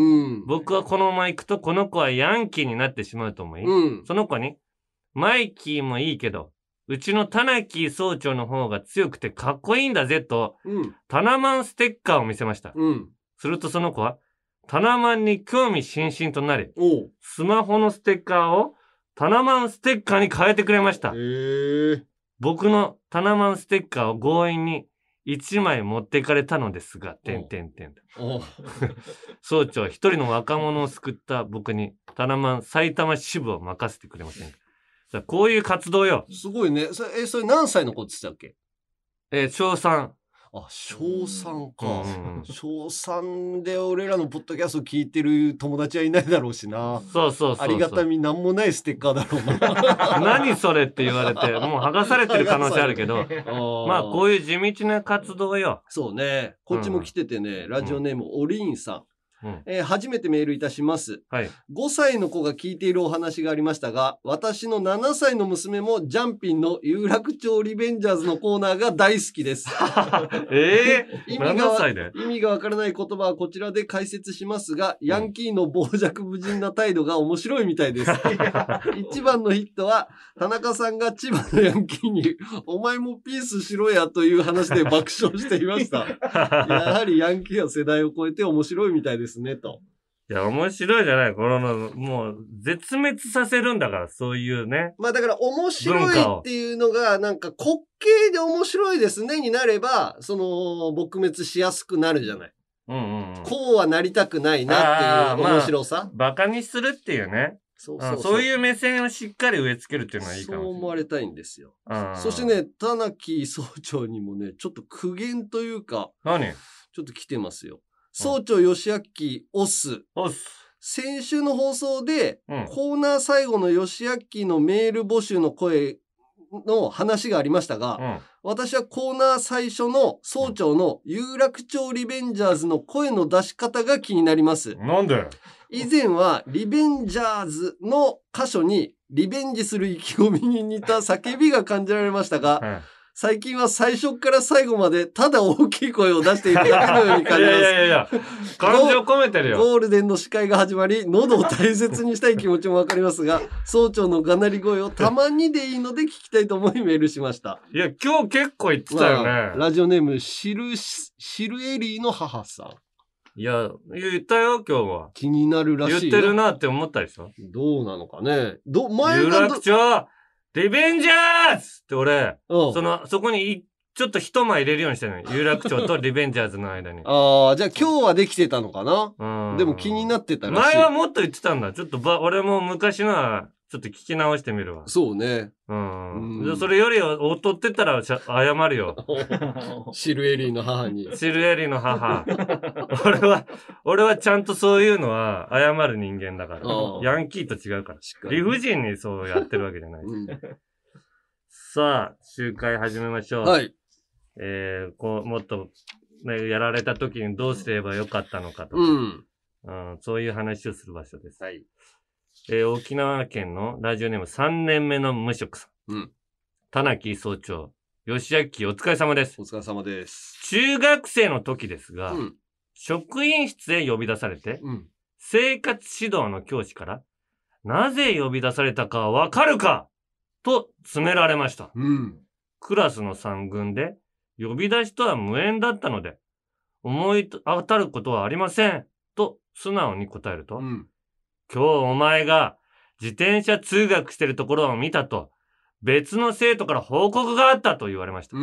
僕はこのまま行くとこの子はヤンキーになってしまうと思い、うん、その子に、マイキーもいいけど、うちのタナキー総長の方が強くてかっこいいんだぜと、うん、タナマンステッカーを見せました。うん、するとその子は、タナマンに興味津々となり、スマホのステッカーをタナマンステッカーに変えてくれました。へー。僕のタナマンステッカーを強引に一枚持っていかれたのですが、てんてんてん。総長は一人の若者を救った僕に、タナマン埼玉支部を任せてくれませんか。さあこういう活動よ。 すごいね。それ、え、それ何歳の子って言ってたっけ？ えー、小さん。 あ、小さんか。小さんで俺らのポッドキャスト聞いてる友達はいないだろうしな。 そうそうそうそう。 ありがたみなんもないステッカーだろうな。 何それって言われて、もう剥がされてる可能性あるけど、まあこういう地道な活動よ。 そうね。こっちも来ててね、うん、ラジオネームオリーンさん。うんえー、初めてメールいたします、はい。ごさいの子が聞いているお話がありましたが、私のななさいの娘もジャンピンの有楽町リベンジャーズのコーナーが大好きです。 えー、 意味が意味がわからない言葉はこちらで解説しますが、ヤンキーの傍若無人な態度が面白いみたいです。一番のヒットは、田中さんが千葉のヤンキーに、お前もピースしろやという話で爆笑していました。やはりヤンキーは世代を超えて面白いみたいです。ねと。 いや、面白いじゃない。この、もう、絶滅させるんだから、そういうね。 まあだから、面白いっていうのが、なんか、滑稽で面白いですねになれば、その、撲滅しやすくなるじゃない。うんうんうん。こうはなりたくないなっていう面白さ。 まあ、バカにするっていうね。そうそうそう。そういう目線をしっかり植え付けるっていうのはいいかもしれない。 そう思われたいんですよ。そしてね、田中総長にもね、ちょっと苦言というか、 何？ ちょっと来てますよ。総長吉明オス。 オス。 先週の放送で、うん、コーナー最後の吉明のメール募集の声の話がありましたが、うん、私はコーナー最初の総長の有楽町リベンジャーズの声の出し方が気になります。 なんで？ 以前はリベンジャーズの箇所にリベンジする意気込みに似た叫びが感じられましたが、うん最近は最初から最後までただ大きい声を出しているだけのように感じます。 いやいやいや、感情込めてるよ。 ゴールデンの司会が始まり、喉を大切にしたい気持ちもわかりますが、総長のがなり声をたまにでいいので聞きたいと思いメールしました。 いや、今日結構言ってたよね。まあ、ラジオネーム、シル、シルエリーの母さん。 いや、言ったよ、今日は。 気になるらしい。 言ってるなって思ったでしょ。 どうなのかね。ど、前が有楽町リベンジャーズって俺、その、そこにちょっと一枚入れるようにしてるの。有楽町とリベンジャーズの間に。 ああ、じゃあ今日はできてたのかな。うん。でも気になってたらしい。 前はもっと言ってたんだ。ちょっとば、俺も昔のは、ちょっと聞き直してみるわ。 そうね。 うん。うん、それより劣ってたら謝るよ。 シルエリーの母に。 シルエリーの母。俺は、俺はちゃんとそういうのは謝る人間だから。ヤンキーと違うから。理不尽にそうやってるわけじゃない。うん、さあ、集会始めましょう。はい。えー、こう、もっと、ね、やられた時にどうすればよかったのかとか、うんうん、そういう話をする場所です。はい。えー、沖縄県のラジオネームさんねんめの無職さん。うん。田中総長、 よしあきお疲れ様です。 お疲れ様です。 中学生の時ですが、うん、職員室へ呼び出されて、うん、生活指導の教師から、なぜ呼び出されたかわかるかと詰められました。うん、クラスの三軍で、呼び出しとは無縁だったので、思い当たることはありません。と素直に答えると、うん、今日お前が自転車通学してるところを見たと、別の生徒から報告があったと言われました。うん、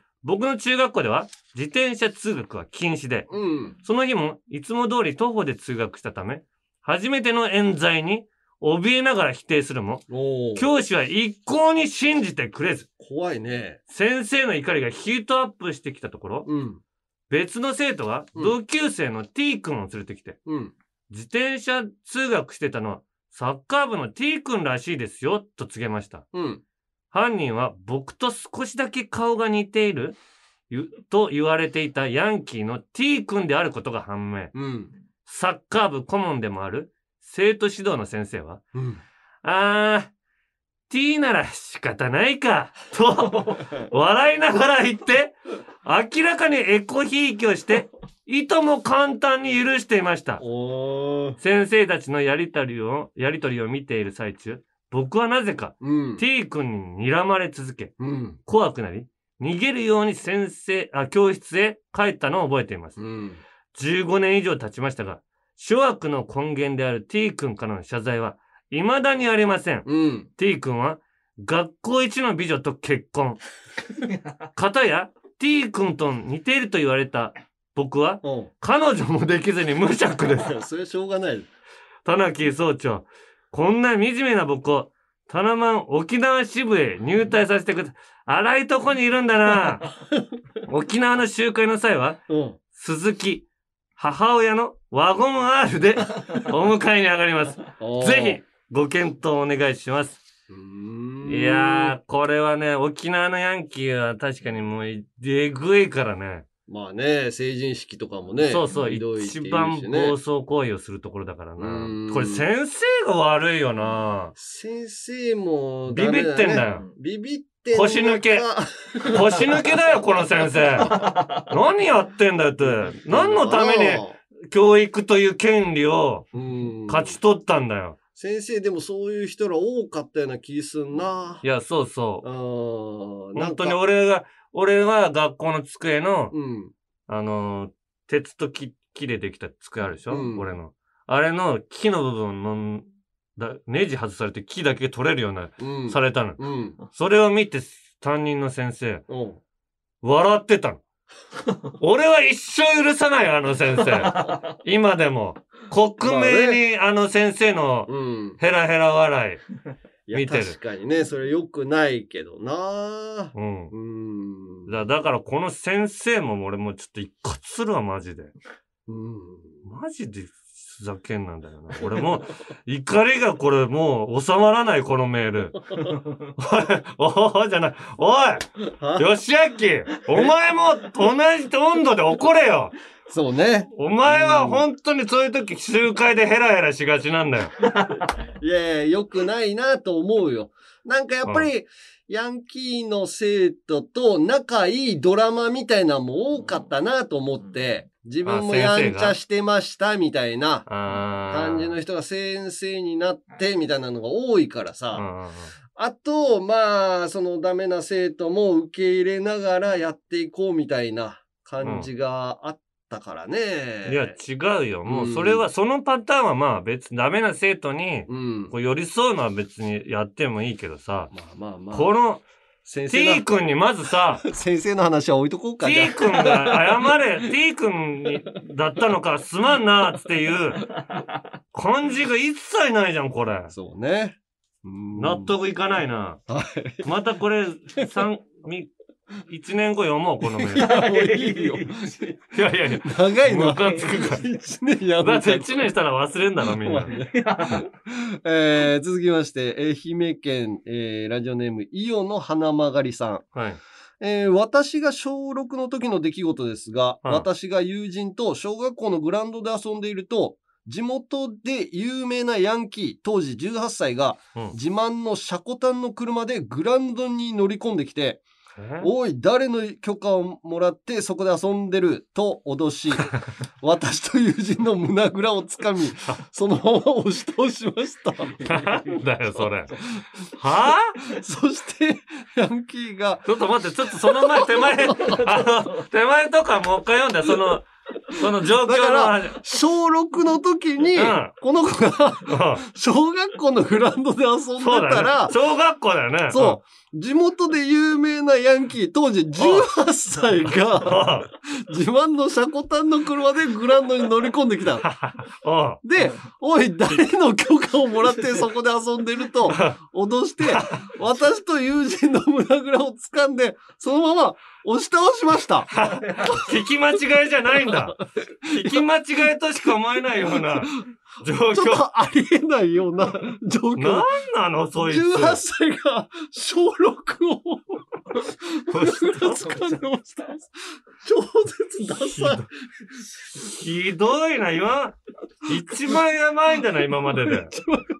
僕の中学校では自転車通学は禁止で、うん、その日もいつも通り徒歩で通学したため、初めての冤罪に怯えながら否定するも、教師は一向に信じてくれず、 怖いね。 先生の怒りがヒートアップしてきたところ、うん、別の生徒は同級生の T 君を連れてきて、うん、自転車通学してたのはサッカー部の T 君らしいですよ、と告げました。うん、犯人は僕と少しだけ顔が似ていると言われていたヤンキーの T 君であることが判明。うん、サッカー部顧問でもある生徒指導の先生は、うん、あー、T なら仕方ないか、と笑いながら言って、明らかにエコひいきをして、いとも簡単に許していました。先生たちのやりとりを、やりとりを見ている最中、僕はなぜか、うん、T 君に睨まれ続け、うん、怖くなり、逃げるように先生、あ、教室へ帰ったのを覚えています。うん、じゅうごねん以上経ちましたが、諸悪の根源である T 君からの謝罪は未だにありません。うん、T 君は学校一の美女と結婚。かたや T 君と似ていると言われた僕は、彼女もできずに無職です。 それはしょうがない。 田中総長、こんな惨めな僕を、タナマン沖縄支部へ入隊させてください。荒いとこにいるんだな。沖縄の集会の際は、うん、鈴木、母親のワゴン R でお迎えに上がります。ぜひご検討お願いします。いやー、これはね、沖縄のヤンキーは確かにもうえぐいからね。 まあね、成人式とかもね。 そうそう、ね、一番暴走行為をするところだからな。これ先生が悪いよな。 先生も、 ね、ビビってんだよ。 ビビってんだよ。 腰抜け。腰抜けだよ、この先生。何やってんだよって。何のために教育という権利を勝ち取ったんだよ。 先生でもそういう人ら多かったような気すんな。 いや、そうそう。本当に俺が、俺は学校の机の、うん、あの、鉄と木、木でできた机あるでしょ、うん、俺の。あれの木の部分の、だネジ外されて木だけ取れるような、うん、されたの、うん。それを見て担任の先生、うん、笑ってたの。俺は一生許さない、あの先生。今でも。克明にあの先生のヘラヘラ笑い見てる。 確かにね、それ良くないけどな。うん。 うんだ, だからこの先生も俺もちょっと一括するわ、マジで。うん。マジでふざけんなんだよな。俺も怒りがこれもう収まらない、このメール。おい、おいじゃない。おいよしあきお前も同じ温度で怒れよ。 そうね。 お前は本当にそういう時集会でヘラヘラしがちなんだよ。 いやいや、良くないなと思うよ。なんかやっぱり、うん、ヤンキーの生徒と仲いいドラマみたいなのも多かったなと思って、自分もやんちゃしてましたみたいな感じの人が先生になってみたいなのが多いからさ。あと、まあ、そのダメな生徒も受け入れながらやっていこうみたいな感じがあって、だからね。 いや、違うよ。もうそれは、うん、そのパターンはまあ別にダメな生徒に、こう寄り添うのは別にやってもいいけどさ、まあまあまあ、この、T 君にまずさ、 先生の話は置いとこうか。 T 君が謝れ、T 君にだったのかすまんなっていう感じが一切ないじゃん、これ。 そうね。 納得いかないな。はい、またこれ、三、み、一年後読もう、このメール。いや、もういいよ。いやいやいや。 長いの。 ムカつくから。一年やだって一年したら忘れんだろ、みんな。 えー、続きまして、愛媛県、えー、ラジオネーム、伊予の花曲がりさん。はい。えー、私が小ろくの時の出来事ですが、はい、私が友人と小学校のグラウンドで遊んでいると、地元で有名なヤンキー、当時じゅうはっさいが、うん、自慢のシャコタンの車でグラウンドに乗り込んできて、 おい誰の許可をもらってそこで遊んでると脅し私と友人の胸ぐらをつかみそのまま押し通しましたなんだよそれはぁそしてヤンキーがちょっと待ってちょっとその前手前あの手前とかもう一回読んだそのその状況のだから小ろくの時に、うん、この子が、うん、小学校のグラウンドで遊んでたら、 ね、小学校だよねそう、うん、地元で有名なヤンキー当時じゅうはっさいが自慢のシャコタンの車でグラウンドに乗り込んできたでおい誰の許可をもらってそこで遊んでると脅して私と友人の胸ぐらを掴んでそのまま押し倒しました聞き間違いじゃないんだ聞き間違いとしか思えないような状況ちょっとありえないような状況なんなのそいつじゅうはっさいが小ろくを掴んで押し倒す超絶ダサいひどいな今一番やばいんだな今まででで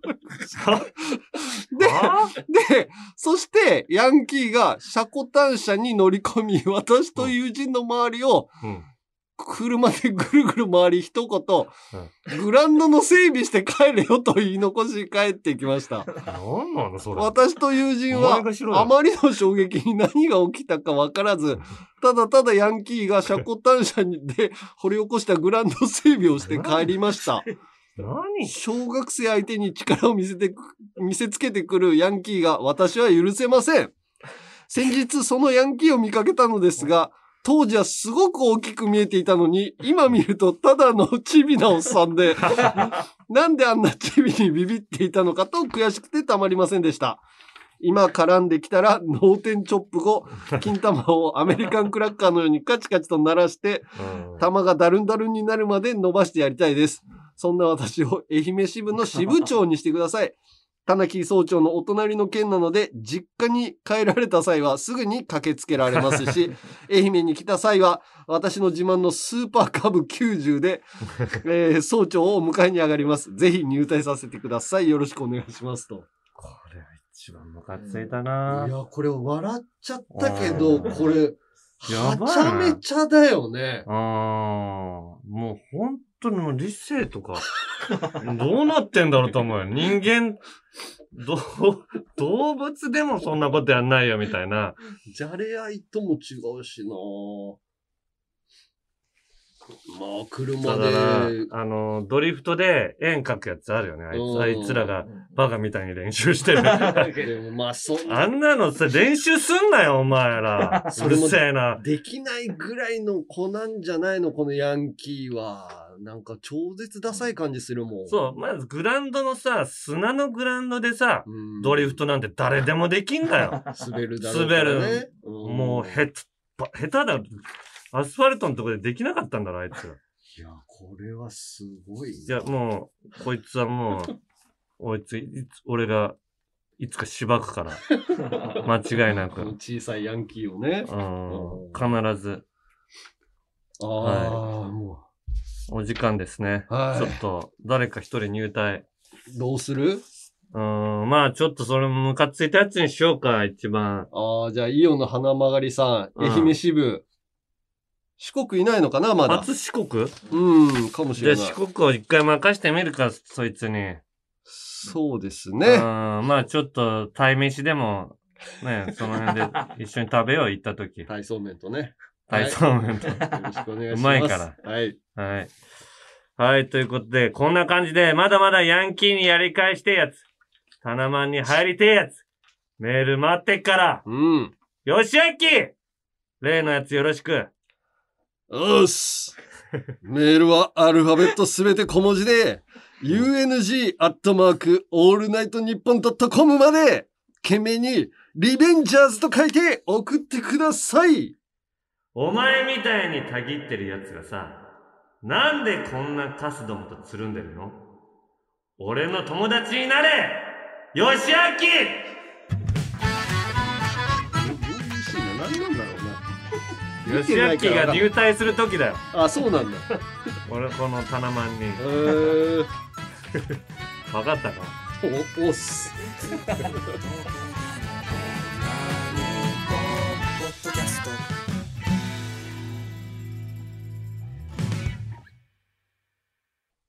でそしてヤンキーがシャコタン車に乗り込み私と友人の周りを、うん車でぐるぐる回り一言、うん、グラウンドの整備して帰れよと言い残し帰ってきました。 何なのそれ。 私と友人はあまりの衝撃に何が起きたか分からず、ただただヤンキーがシャコタン車で掘り起こしたグラウンド整備をして帰りました。 何小学生相手に力を見せて、見せつけてくるヤンキーが私は許せません。先日そのヤンキーを見かけたのですが、当時はすごく大きく見えていたのに、今見るとただのチビなおっさんで、なんであんなチビにビビっていたのかと悔しくてたまりませんでした。今絡んできたら、脳天チョップ後、金玉をアメリカンクラッカーのようにカチカチと鳴らして、玉がダルンダルンになるまで伸ばしてやりたいです。そんな私を愛媛支部の支部長にしてください。田中総長のお隣の県なので、実家に帰られた際はすぐに駆けつけられますし、愛媛に来た際は、私の自慢のスーパーカブきゅうじゅうで、えー、総長を迎えに上がります。ぜひ入隊させてください。よろしくお願いしますと。 これは一番ムカついたな。 いや、これ笑っちゃったけど、これ、はちゃめちゃだよね。 ああ、もう本当にもう理性とか、どうなってんだろうと思うよ。人間、どう、動物でもそんなことやんないよみたいな。 じゃれ合いとも違うしなぁ。まあ、車で。 あの、ドリフトで円描くやつあるよね。あいつ、あいつらがバカみたいに練習してる。 でもまあ、そんな。あんなのさ、練習すんなよ、お前ら。うるせえな。 できないぐらいの子なんじゃないの、このヤンキーは。なんか超絶ダサい感じするもん。 そう、まずグラウンドのさ、砂のグラウンドでさ、ドリフトなんて誰でもできんだよ。 滑るだろう、 ね。滑る。もう、へっ、下手だ。アスファルトのとこでできなかったんだろ、あいつ。 いや、これはすごい、ね。 いや、もう、こいつはもう、おいつ、いつ、俺が、いつかしばくから。間違いなく。 小さいヤンキーをね。 うん。必ず。 ああ、はい、もう。お時間ですね。はい。ちょっと、誰か一人入隊。 どうする？ うん、まあちょっとそれムカついたやつにしようか、一番。 ああ、じゃあ、イオンの花曲がりさん、愛媛支部。うん、四国いないのかなまだ。 初四国？ うん、かもしれない。 じゃあ四国を一回任してみるか、そいつに。 そうですね。うん、 まあちょっと、鯛飯でも、ね、その辺で一緒に食べよう、行った時。 鯛そうめんとね。 鯛そうめんと。よろしくお願いします。 うまいから。 はい。 はい。はい、ということで、こんな感じで、まだまだヤンキーにやり返してやつ、タナマンに入りてえやつ、メール待ってっから。 うん。 よしあき例のやつよろしく。 おっす。メールはアルファベットすべて小文字で、ユーエヌジー アットマークオールナイトニッポンドットコム まで、懸命にリベンジャーズと書いて送ってください。 お前みたいにたぎってるやつがさ、なんでこんなカスどもとつるんでるの？俺の友達になれ！よしあき！ 何なんだろうな。 よしあきが入隊するときだよ。 あ、そうなんだ。 俺このタナマンに。 へー。 分かったか？ お、おっす。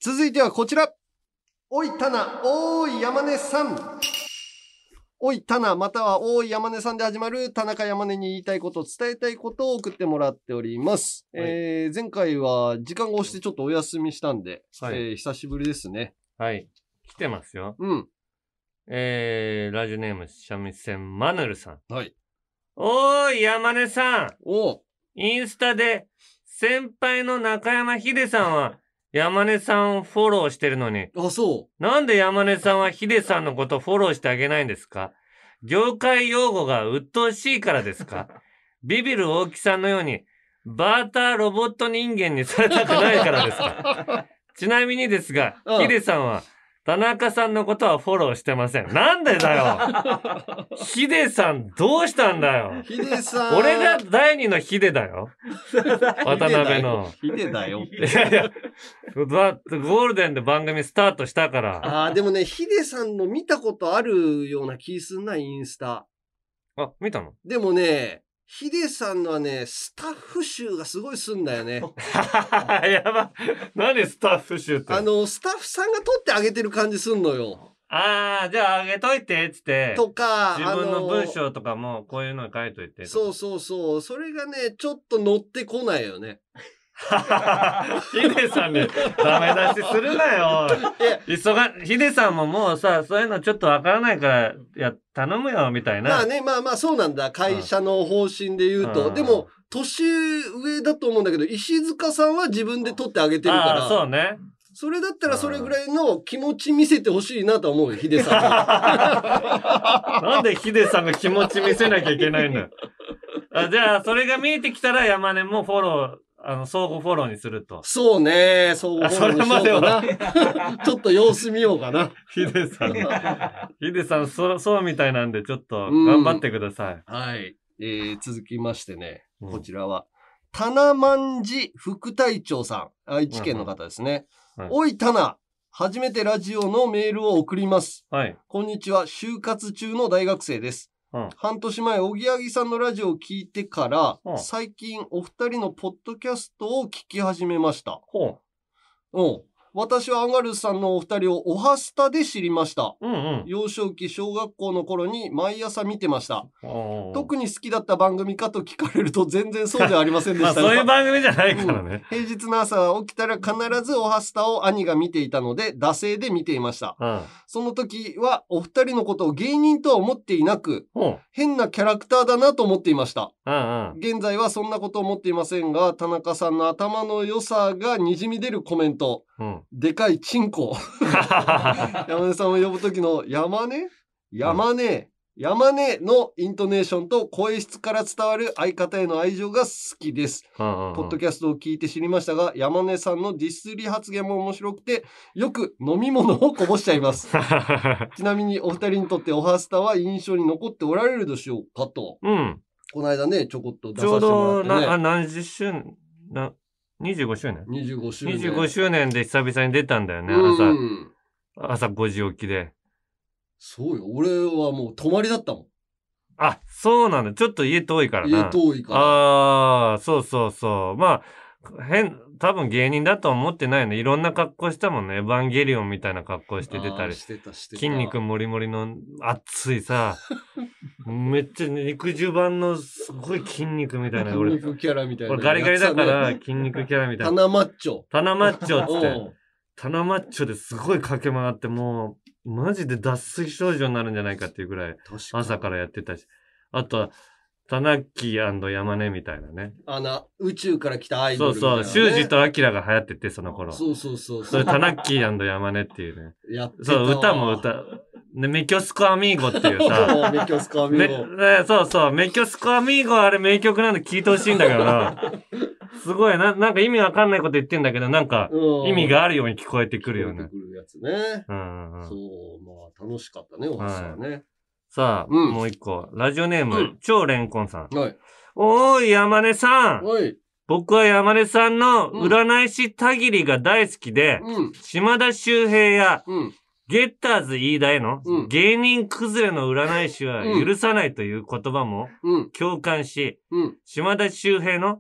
続いてはこちら。おい、たな、おーい、山根さん。おい、たな、またはおーい、山根さんで始まる、田中山根に言いたいこと、伝えたいことを送ってもらっております。はい、えー、前回は時間が押してちょっとお休みしたんで、はい、えー、久しぶりですね。 はい。来てますよ。 うん。 えー、ラジオネーム、三味線マヌルさん。 はい。 おーい、山根さん。 おインスタで、先輩の中山秀さんは、山根さんをフォローしてるのに。 あ、そう。 なんで山根さんは秀さんのことフォローしてあげないんですか？業界用語が鬱陶しいからですか？ビビる大木さんのように、バーターロボット人間にされたくないからですか？ちなみにですが、秀さんは、田中さんのことはフォローしてません。なんでだよ。ヒデさんどうしたんだよ。 ヒデさん。 俺が第二のヒデだよ。渡辺の。 ヒデだよ。 いやいや、ゴールデンで番組スタートしたから。 ああ、でもね、ヒデさんの見たことあるような気すんな、インスタ。 あ、見たの？ でもね、ヒデさんのはね、スタッフ集がすごいすんだよね。 やば。何スタッフ集って。 あの、スタッフさんが撮ってあげてる感じすんのよ。 ああ、じゃああげといて、つって。 とか、 自分の文章とかもこういうの書いといて。 そうそうそう。それがね、ちょっと乗ってこないよね。 ヒデさんにダメ出しするなよ。急が、ヒデさんももうさ、そういうのちょっとわからないから、いや、頼むよ、みたいな。 まあね、まあまあそうなんだ。会社の方針で言うと。うん、でも、年上だと思うんだけど、石塚さんは自分で撮ってあげてるから。 ああ、そうね。 それだったらそれぐらいの気持ち見せてほしいなと思うよ、ヒデさんに。なんでヒデさんが気持ち見せなきゃいけないんだよ。あ、じゃあ、それが見えてきたら山根もフォロー、あの、相互フォローにすると。 そうね、相互フォローにしようかな。ちょっと様子見ようかな。 ヒデさん。ヒデさん、そう、そうみたいなんで、ちょっと頑張ってください。 はい。えー、続きましてね、うん、こちらは、タナマンジ副隊長さん。愛知県の方ですね。うんうん、おい、タナ。初めてラジオのメールを送ります。 はい。 こんにちは。就活中の大学生です。うん、半年前、おぎやぎさんのラジオを聞いてから、うん、最近お二人のポッドキャストを聞き始めました。 ほう。うん。私はアンガールズさんのお二人をオハスタで知りました。 うんうん、 幼少期、小学校の頃に毎朝見てました。特に好きだった番組かと聞かれると全然そうではありませんでしたが。 まあそういう番組じゃないからね。 うん、平日の朝起きたら必ずオハスタを兄が見ていたので、惰性で見ていました。 うん、 その時はお二人のことを芸人とは思っていなく、 うん、 変なキャラクターだなと思っていました。 うんうん、 現在はそんなことを思っていませんが、田中さんの頭の良さが滲み出るコメント。 うん、 でかいチンコ。山根さんを呼ぶ時の山根山根、うん、山根のイントネーションと声質から伝わる相方への愛情が好きです。 うんうんうん、 ポッドキャストを聞いて知りましたが、山根さんのディスり発言も面白くて、よく飲み物をこぼしちゃいます。ちなみにお二人にとってオハスタは印象に残っておられるでしょうかと。 うん。 この間ね、ちょこっと出させてもらって、ね。ちょうどな、 あ、何十周年なにじゅうごしゅうねん ? にじゅうごしゅうねん。 にじゅうごしゅうねんで久々に出たんだよね、朝。朝ごじ起きで。 そうよ。俺はもう泊まりだったもん。 あ、そうなんだ。ちょっと家遠いからな。 家遠いから。 ああ、そうそうそう。まあ、変、多分芸人だと思ってないよね。いろんな格好したもんね。エヴァンゲリオンみたいな格好して出たり。 してたしてた。 筋肉もりもりの熱いさ、めっちゃ肉襦袢のすごい筋肉みたいな。 筋肉キャラみたいな。 俺ガリガリだから筋肉キャラみたいな。 タナマッチョ。 タナマッチョっつって。タナマッチョですごい駆け回って、もう、マジで脱水症状になるんじゃないかっていうぐらい、朝からやってたし。あとは、タナッキー山根みたいなね。 あの、宇宙から来たアイドルみたいな、ね。 そうそう、修二とアキラが流行ってて、その頃。 そうそうそう。 それタナッキー山根っていうね。 やってた。 そう、歌も歌。ね、メキョスコアミーゴっていうさ。 メキョスコアミーゴ。 ね、そうそう、メキョスコアミーゴあれ名曲なんで聴いてほしいんだけどな。すごいな、なんか意味わかんないこと言ってんだけど、なんか意味があるように聞こえてくるよね。 聞こえてくるやつね。 うんうん、 そう、まあ楽しかったね、おはさんね。 さあ、うん、もう一個。ラジオネーム、うん、超レンコンさん。 はい。 おーい、山根さん。 はい。 僕は山根さんの占い師たぎりが大好きで、 うん、 島田秀平や、 うん、 ゲッターズ飯田への、うん、芸人崩れの占い師は許さないという言葉も共感し、 うん、 島田秀平の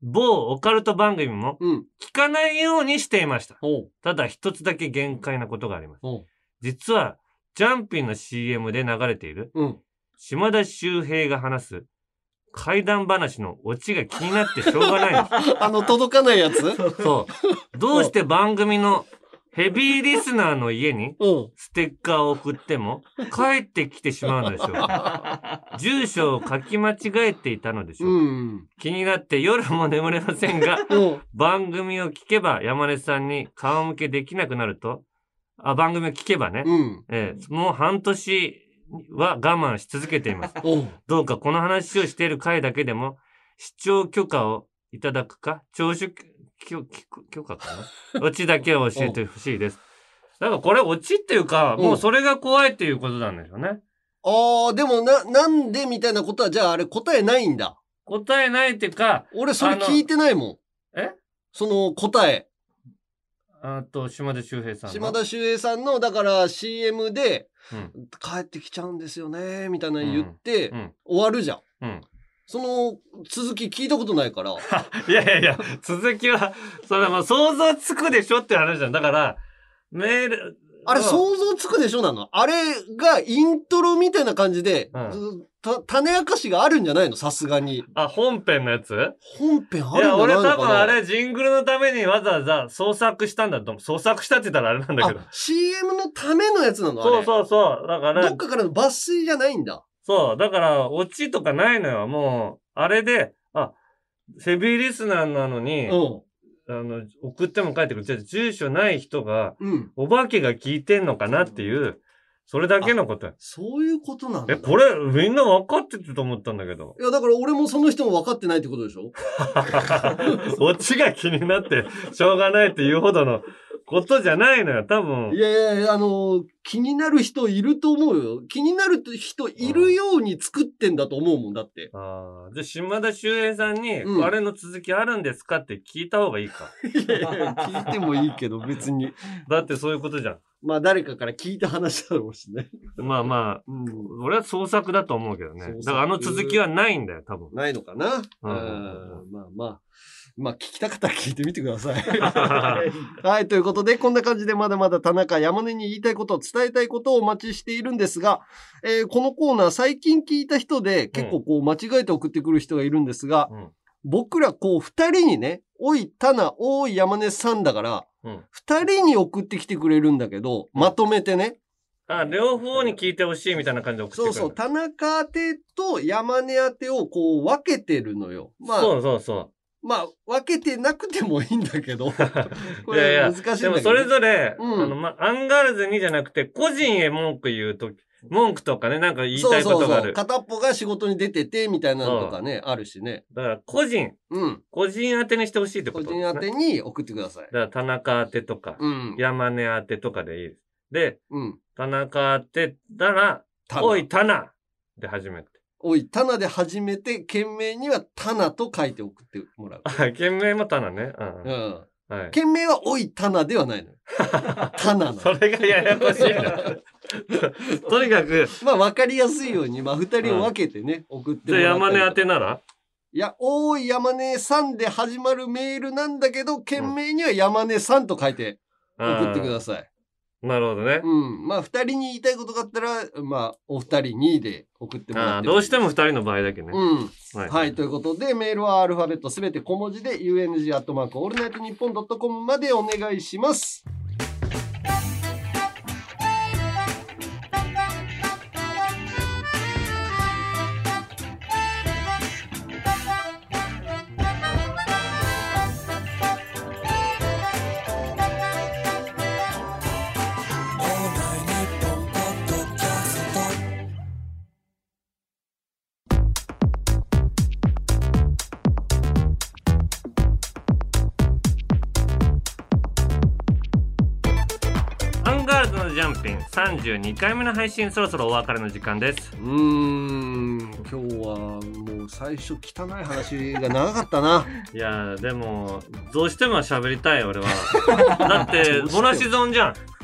某オカルト番組も聞かないようにしていました。うん、ただ一つだけ限界なことがあります。うん、実はジャンピンの シーエム で流れている、うん、島田秀平が話す怪談話のオチが気になってしょうがないんです。 あの届かないやつ？ そう。どうして番組のヘビーリスナーの家にステッカーを送っても帰ってきてしまうのでしょうか。住所を書き間違えていたのでしょうか。うん、気になって夜も眠れませんが、うん、番組を聞けば山根さんに顔向けできなくなると、あ、番組を聞けばね、うんえー、もう半年は我慢し続けています。どうかこの話をしている回だけでも視聴許可をいただくか、聴取許可かなオチだけを教えてほしいです。だからこれオチっていうか、もうそれが怖いっていうことなんでしょうね。 ああ、でもな、なんでみたいなことは、じゃああれ答えないんだ。 答えないっていうか。 俺それ聞いてないもん。えその答え。 あと、島田秀平さんの。 島田秀平さんの、だから シーエム で、うん、帰ってきちゃうんですよね、みたいなの言って、うんうん、終わるじゃん。うんその続き聞いたことないから。 いやいやいや、続きは、それはもう想像つくでしょって話じゃん。だから、メール。 あれ想像つくでしょなの？あれがイントロみたいな感じで、うん、た種明かしがあるんじゃないの？さすがに。 あ、本編のやつ？ 本編あるんじゃないのかな？いや、俺多分あれジングルのためにわざわざ創作したんだと思う。創作したって言ったらあれなんだけど。 シーエム のためのやつなの？あれそうそうそう。だから。 どっかからの抜粋じゃないんだ。 そう。だから、オチとかないのよ。もう、あれで、あ、ヘビーリスナーなのに、うんあの、送っても帰ってくる。じゃあ住所ない人が、うん、お化けが聞いてんのかなっていう、それだけのことや。 そういうことなんだ。 え、これ、みんな分かってると思ったんだけど。 いや、だから俺もその人も分かってないってことでしょ？ そっちが気になって、しょうがないっていうほどのことじゃないのよ、多分。 いやいや、あの、気になる人いると思うよ。気になる人いるように作ってんだと思うもんだって。 ああ。じゃあ、島田秀平さんに、うん、あれの続きあるんですかって聞いた方がいいか。 いやいや、聞いてもいいけど、別に。 だってそういうことじゃん。 まあ、誰かから聞いた話だろうしね。 まあまあ、うん、俺は創作だと思うけどね。だからあの続きはないんだよ、多分。 ないのかな。うん、まあまあ。まあ、聞きたかったら聞いてみてください。はい、ということで、こんな感じでまだまだ田中、山根に言いたいことを伝えたいことをお待ちしているんですが、えー、このコーナー最近聞いた人で結構こう間違えて送ってくる人がいるんですが、うん、僕らこう二人にね、おい、田中、おい、山根さんだから、二、うん、人に送ってきてくれるんだけど、まとめてね。 あ、両方に聞いてほしいみたいな感じで送ってくる。 そうそう、田中宛てと山根宛てをこう分けてるのよ。 まあ、そうそうそう。 まあ、分けてなくてもいいんだけど。これ難しいんだけど。でもそれぞれ、うん、あの、まあ、アンガールズにじゃなくて、個人へ文句言うと、文句とかね、なんか言いたいことがある。そうそうそう。 片っぽが仕事に出てて、みたいなのとかね、あるしね。 だから、個人。うん。個人宛てにしてほしいってことですね。個人宛てに送ってください。 だから、田中宛てとか、うん、山根宛てとかでいいです。で、うん、田中宛てなら、おい、田中で始めて。 おい、タナで始めて、件名にはタナと書いて送ってもらう。 はい、件名もタナね。うん。うん。 はい。件名はおい、タナではないのよ。タナの。 それがややこしいな。とにかく。 まあ、わかりやすいように、まあ、二人を分けてね、うん、送ってもらう。 じゃあ、山根宛てならいや、おい、山根さんで始まるメールなんだけど、件名には山根さんと書いて送ってください。 なるほどね。 うん。まあ、二人に言いたいことがあったら、まあ、お二人にで送ってもらって。 ああ、どうしても二人の場合だけね。 うん。はい、はい。ということで、メールはアルファベットすべて小文字で、ユーエヌジー アットマークオールナイトニッポンドットコムまでお願いします。 ジャンピンさんじゅうにかいめの配信、そろそろお別れの時間です。 うーん、今日はもう最初汚い話が長かったな。 いやでもどうしても喋りたい俺は。だってボナシゾンじゃん。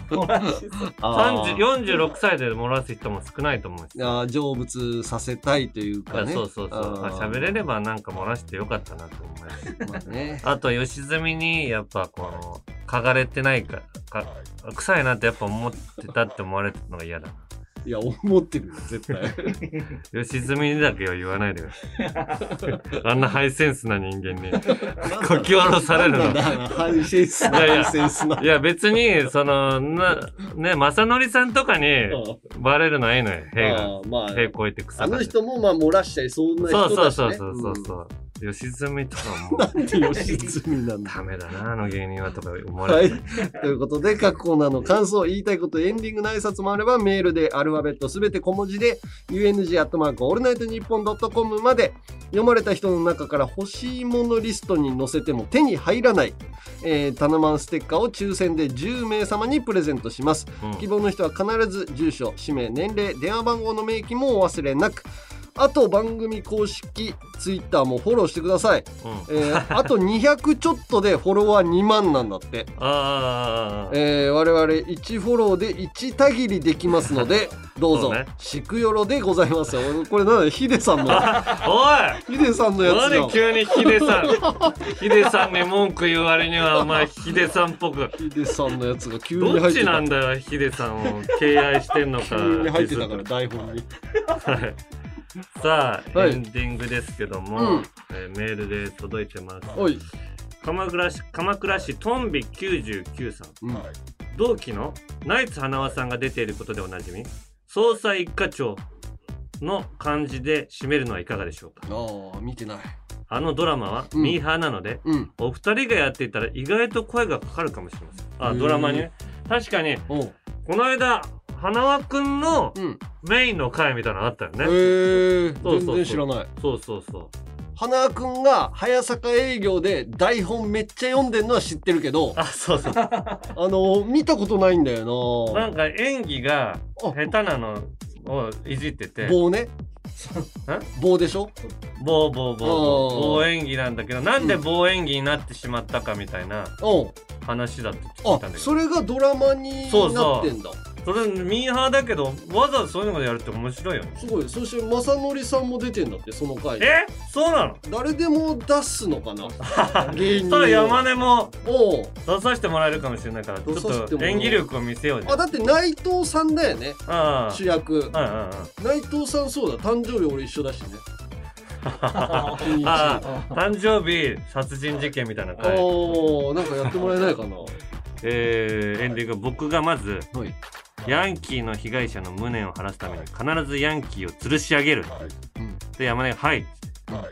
よんじゅうろくさいで漏らす人も少ないと思うんですよ。あ成仏させたいというかね。 そうそうそう。喋れればなんか漏らしてよかったなと思います。まあね、あと吉住にやっぱこの嗅がれてないかか臭いなってやっぱ思ってたって思われてるのが嫌だな。 いや思ってるよ絶対。 吉住にだけは言わないでよ。あんなハイセンスな人間にこき下ろされるの。 ハイセンスなハイセンスな。 いや別にそのなね正則さんとかにバレるのはいいのよ。兵が、まあ、兵超えて臭がる。あの人もまあ漏らしちゃいそうな人だしね。 そうそうそうそうそう。うん吉住とかもなんで吉住なんだダメだなあの芸人はとか思われて、はい、 ということで各コーナーの感想言いたいことエンディングの挨拶もあればメールでアルファベットすべて小文字で ユーエヌジー アットマークオールナイトニッポンドットコムまで読まれた人の中から欲しいものリストに載せても手に入らない、えー、タナマンステッカーを抽選でじゅうめい様にプレゼントします、うん、希望の人は必ず住所氏名年齢電話番号の明記もお忘れなくあと番組公式ツイッターもフォローしてください、うんえー、あとにひゃくちょっとでフォロワーにまんなんだってあ、えー、我々いちフォローでいちたぎりできますのでどうぞしくよろでございますよ。これなんだヒデさんのおいヒデさんのやつじゃん。急にヒデさんヒデさんに文句言う割にはお前ヒデさんっぽくヒデさんのやつが急に入ってた。 どっちなんだよヒデさんを敬愛してんのか急に入ってたから台本にはいさあ、はい、エンディングですけども、うんえー、メールで届いてます。鎌倉市鎌倉市トンビきゅうじゅうきゅうさん、うん、同期のナイツ花輪さんが出ていることでおなじみ捜査一課長の漢字で締めるのはいかがでしょうか。 ああ見てない。 あのドラマはミーハーなので、うん、お二人がやっていたら意外と声がかかるかもしれません。あドラマにね確かにこの間花輪くんのメインの回みたいなのあったよね。へー、全然知らない。 そうそうそう。 花輪くんが早坂営業で台本めっちゃ読んでんのは知ってるけど、 あ、そうそう。 あの見たことないんだよな。なんか演技が下手なのをいじってて。 棒ね。棒でしょ？ 棒棒棒棒演技なんだけど、なんで棒演技になってしまったかみたいな話だって聞いたんだけど。 あ、それがドラマになってんだ。そうそうそれミーハーだけどわざわざそういうのでやるって面白いよね。 すごい。そして正則さんも出てんだってその回で。 えそうなの？ 誰でも出すのかな芸人ただ山根も出させてもらえるかもしれないからちょっと演技力を見せようじゃん。 あだって内藤さんだよね主役。内藤さんそうだ誕生日俺一緒だしねあ誕生日殺人事件みたいな回。 おなんかやってもらえないかなえー、エンディング僕がまず、はい、ヤンキーの被害者の無念を晴らすために必ずヤンキーを吊るし上げる、はいうん、で山根がはい、はい、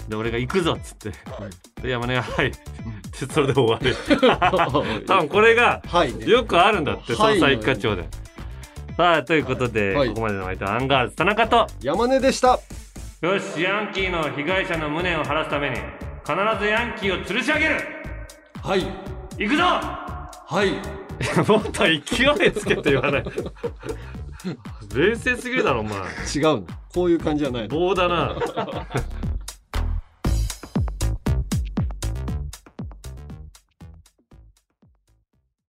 で俺が行くぞっつって、はい、で山根がはいってそれで終わる多分これがよくあるんだって捜査一課長で、はい、さあということで、はい、ここまでの相手はアンガールズ田中と山根でした。 よしヤンキーの被害者の無念を晴らすために必ずヤンキーを吊るし上げる。 はい行くぞ。 はいもっと勢いつけて言わない冷静すぎるだろお前。 違うのこういう感じじゃないの。 棒だな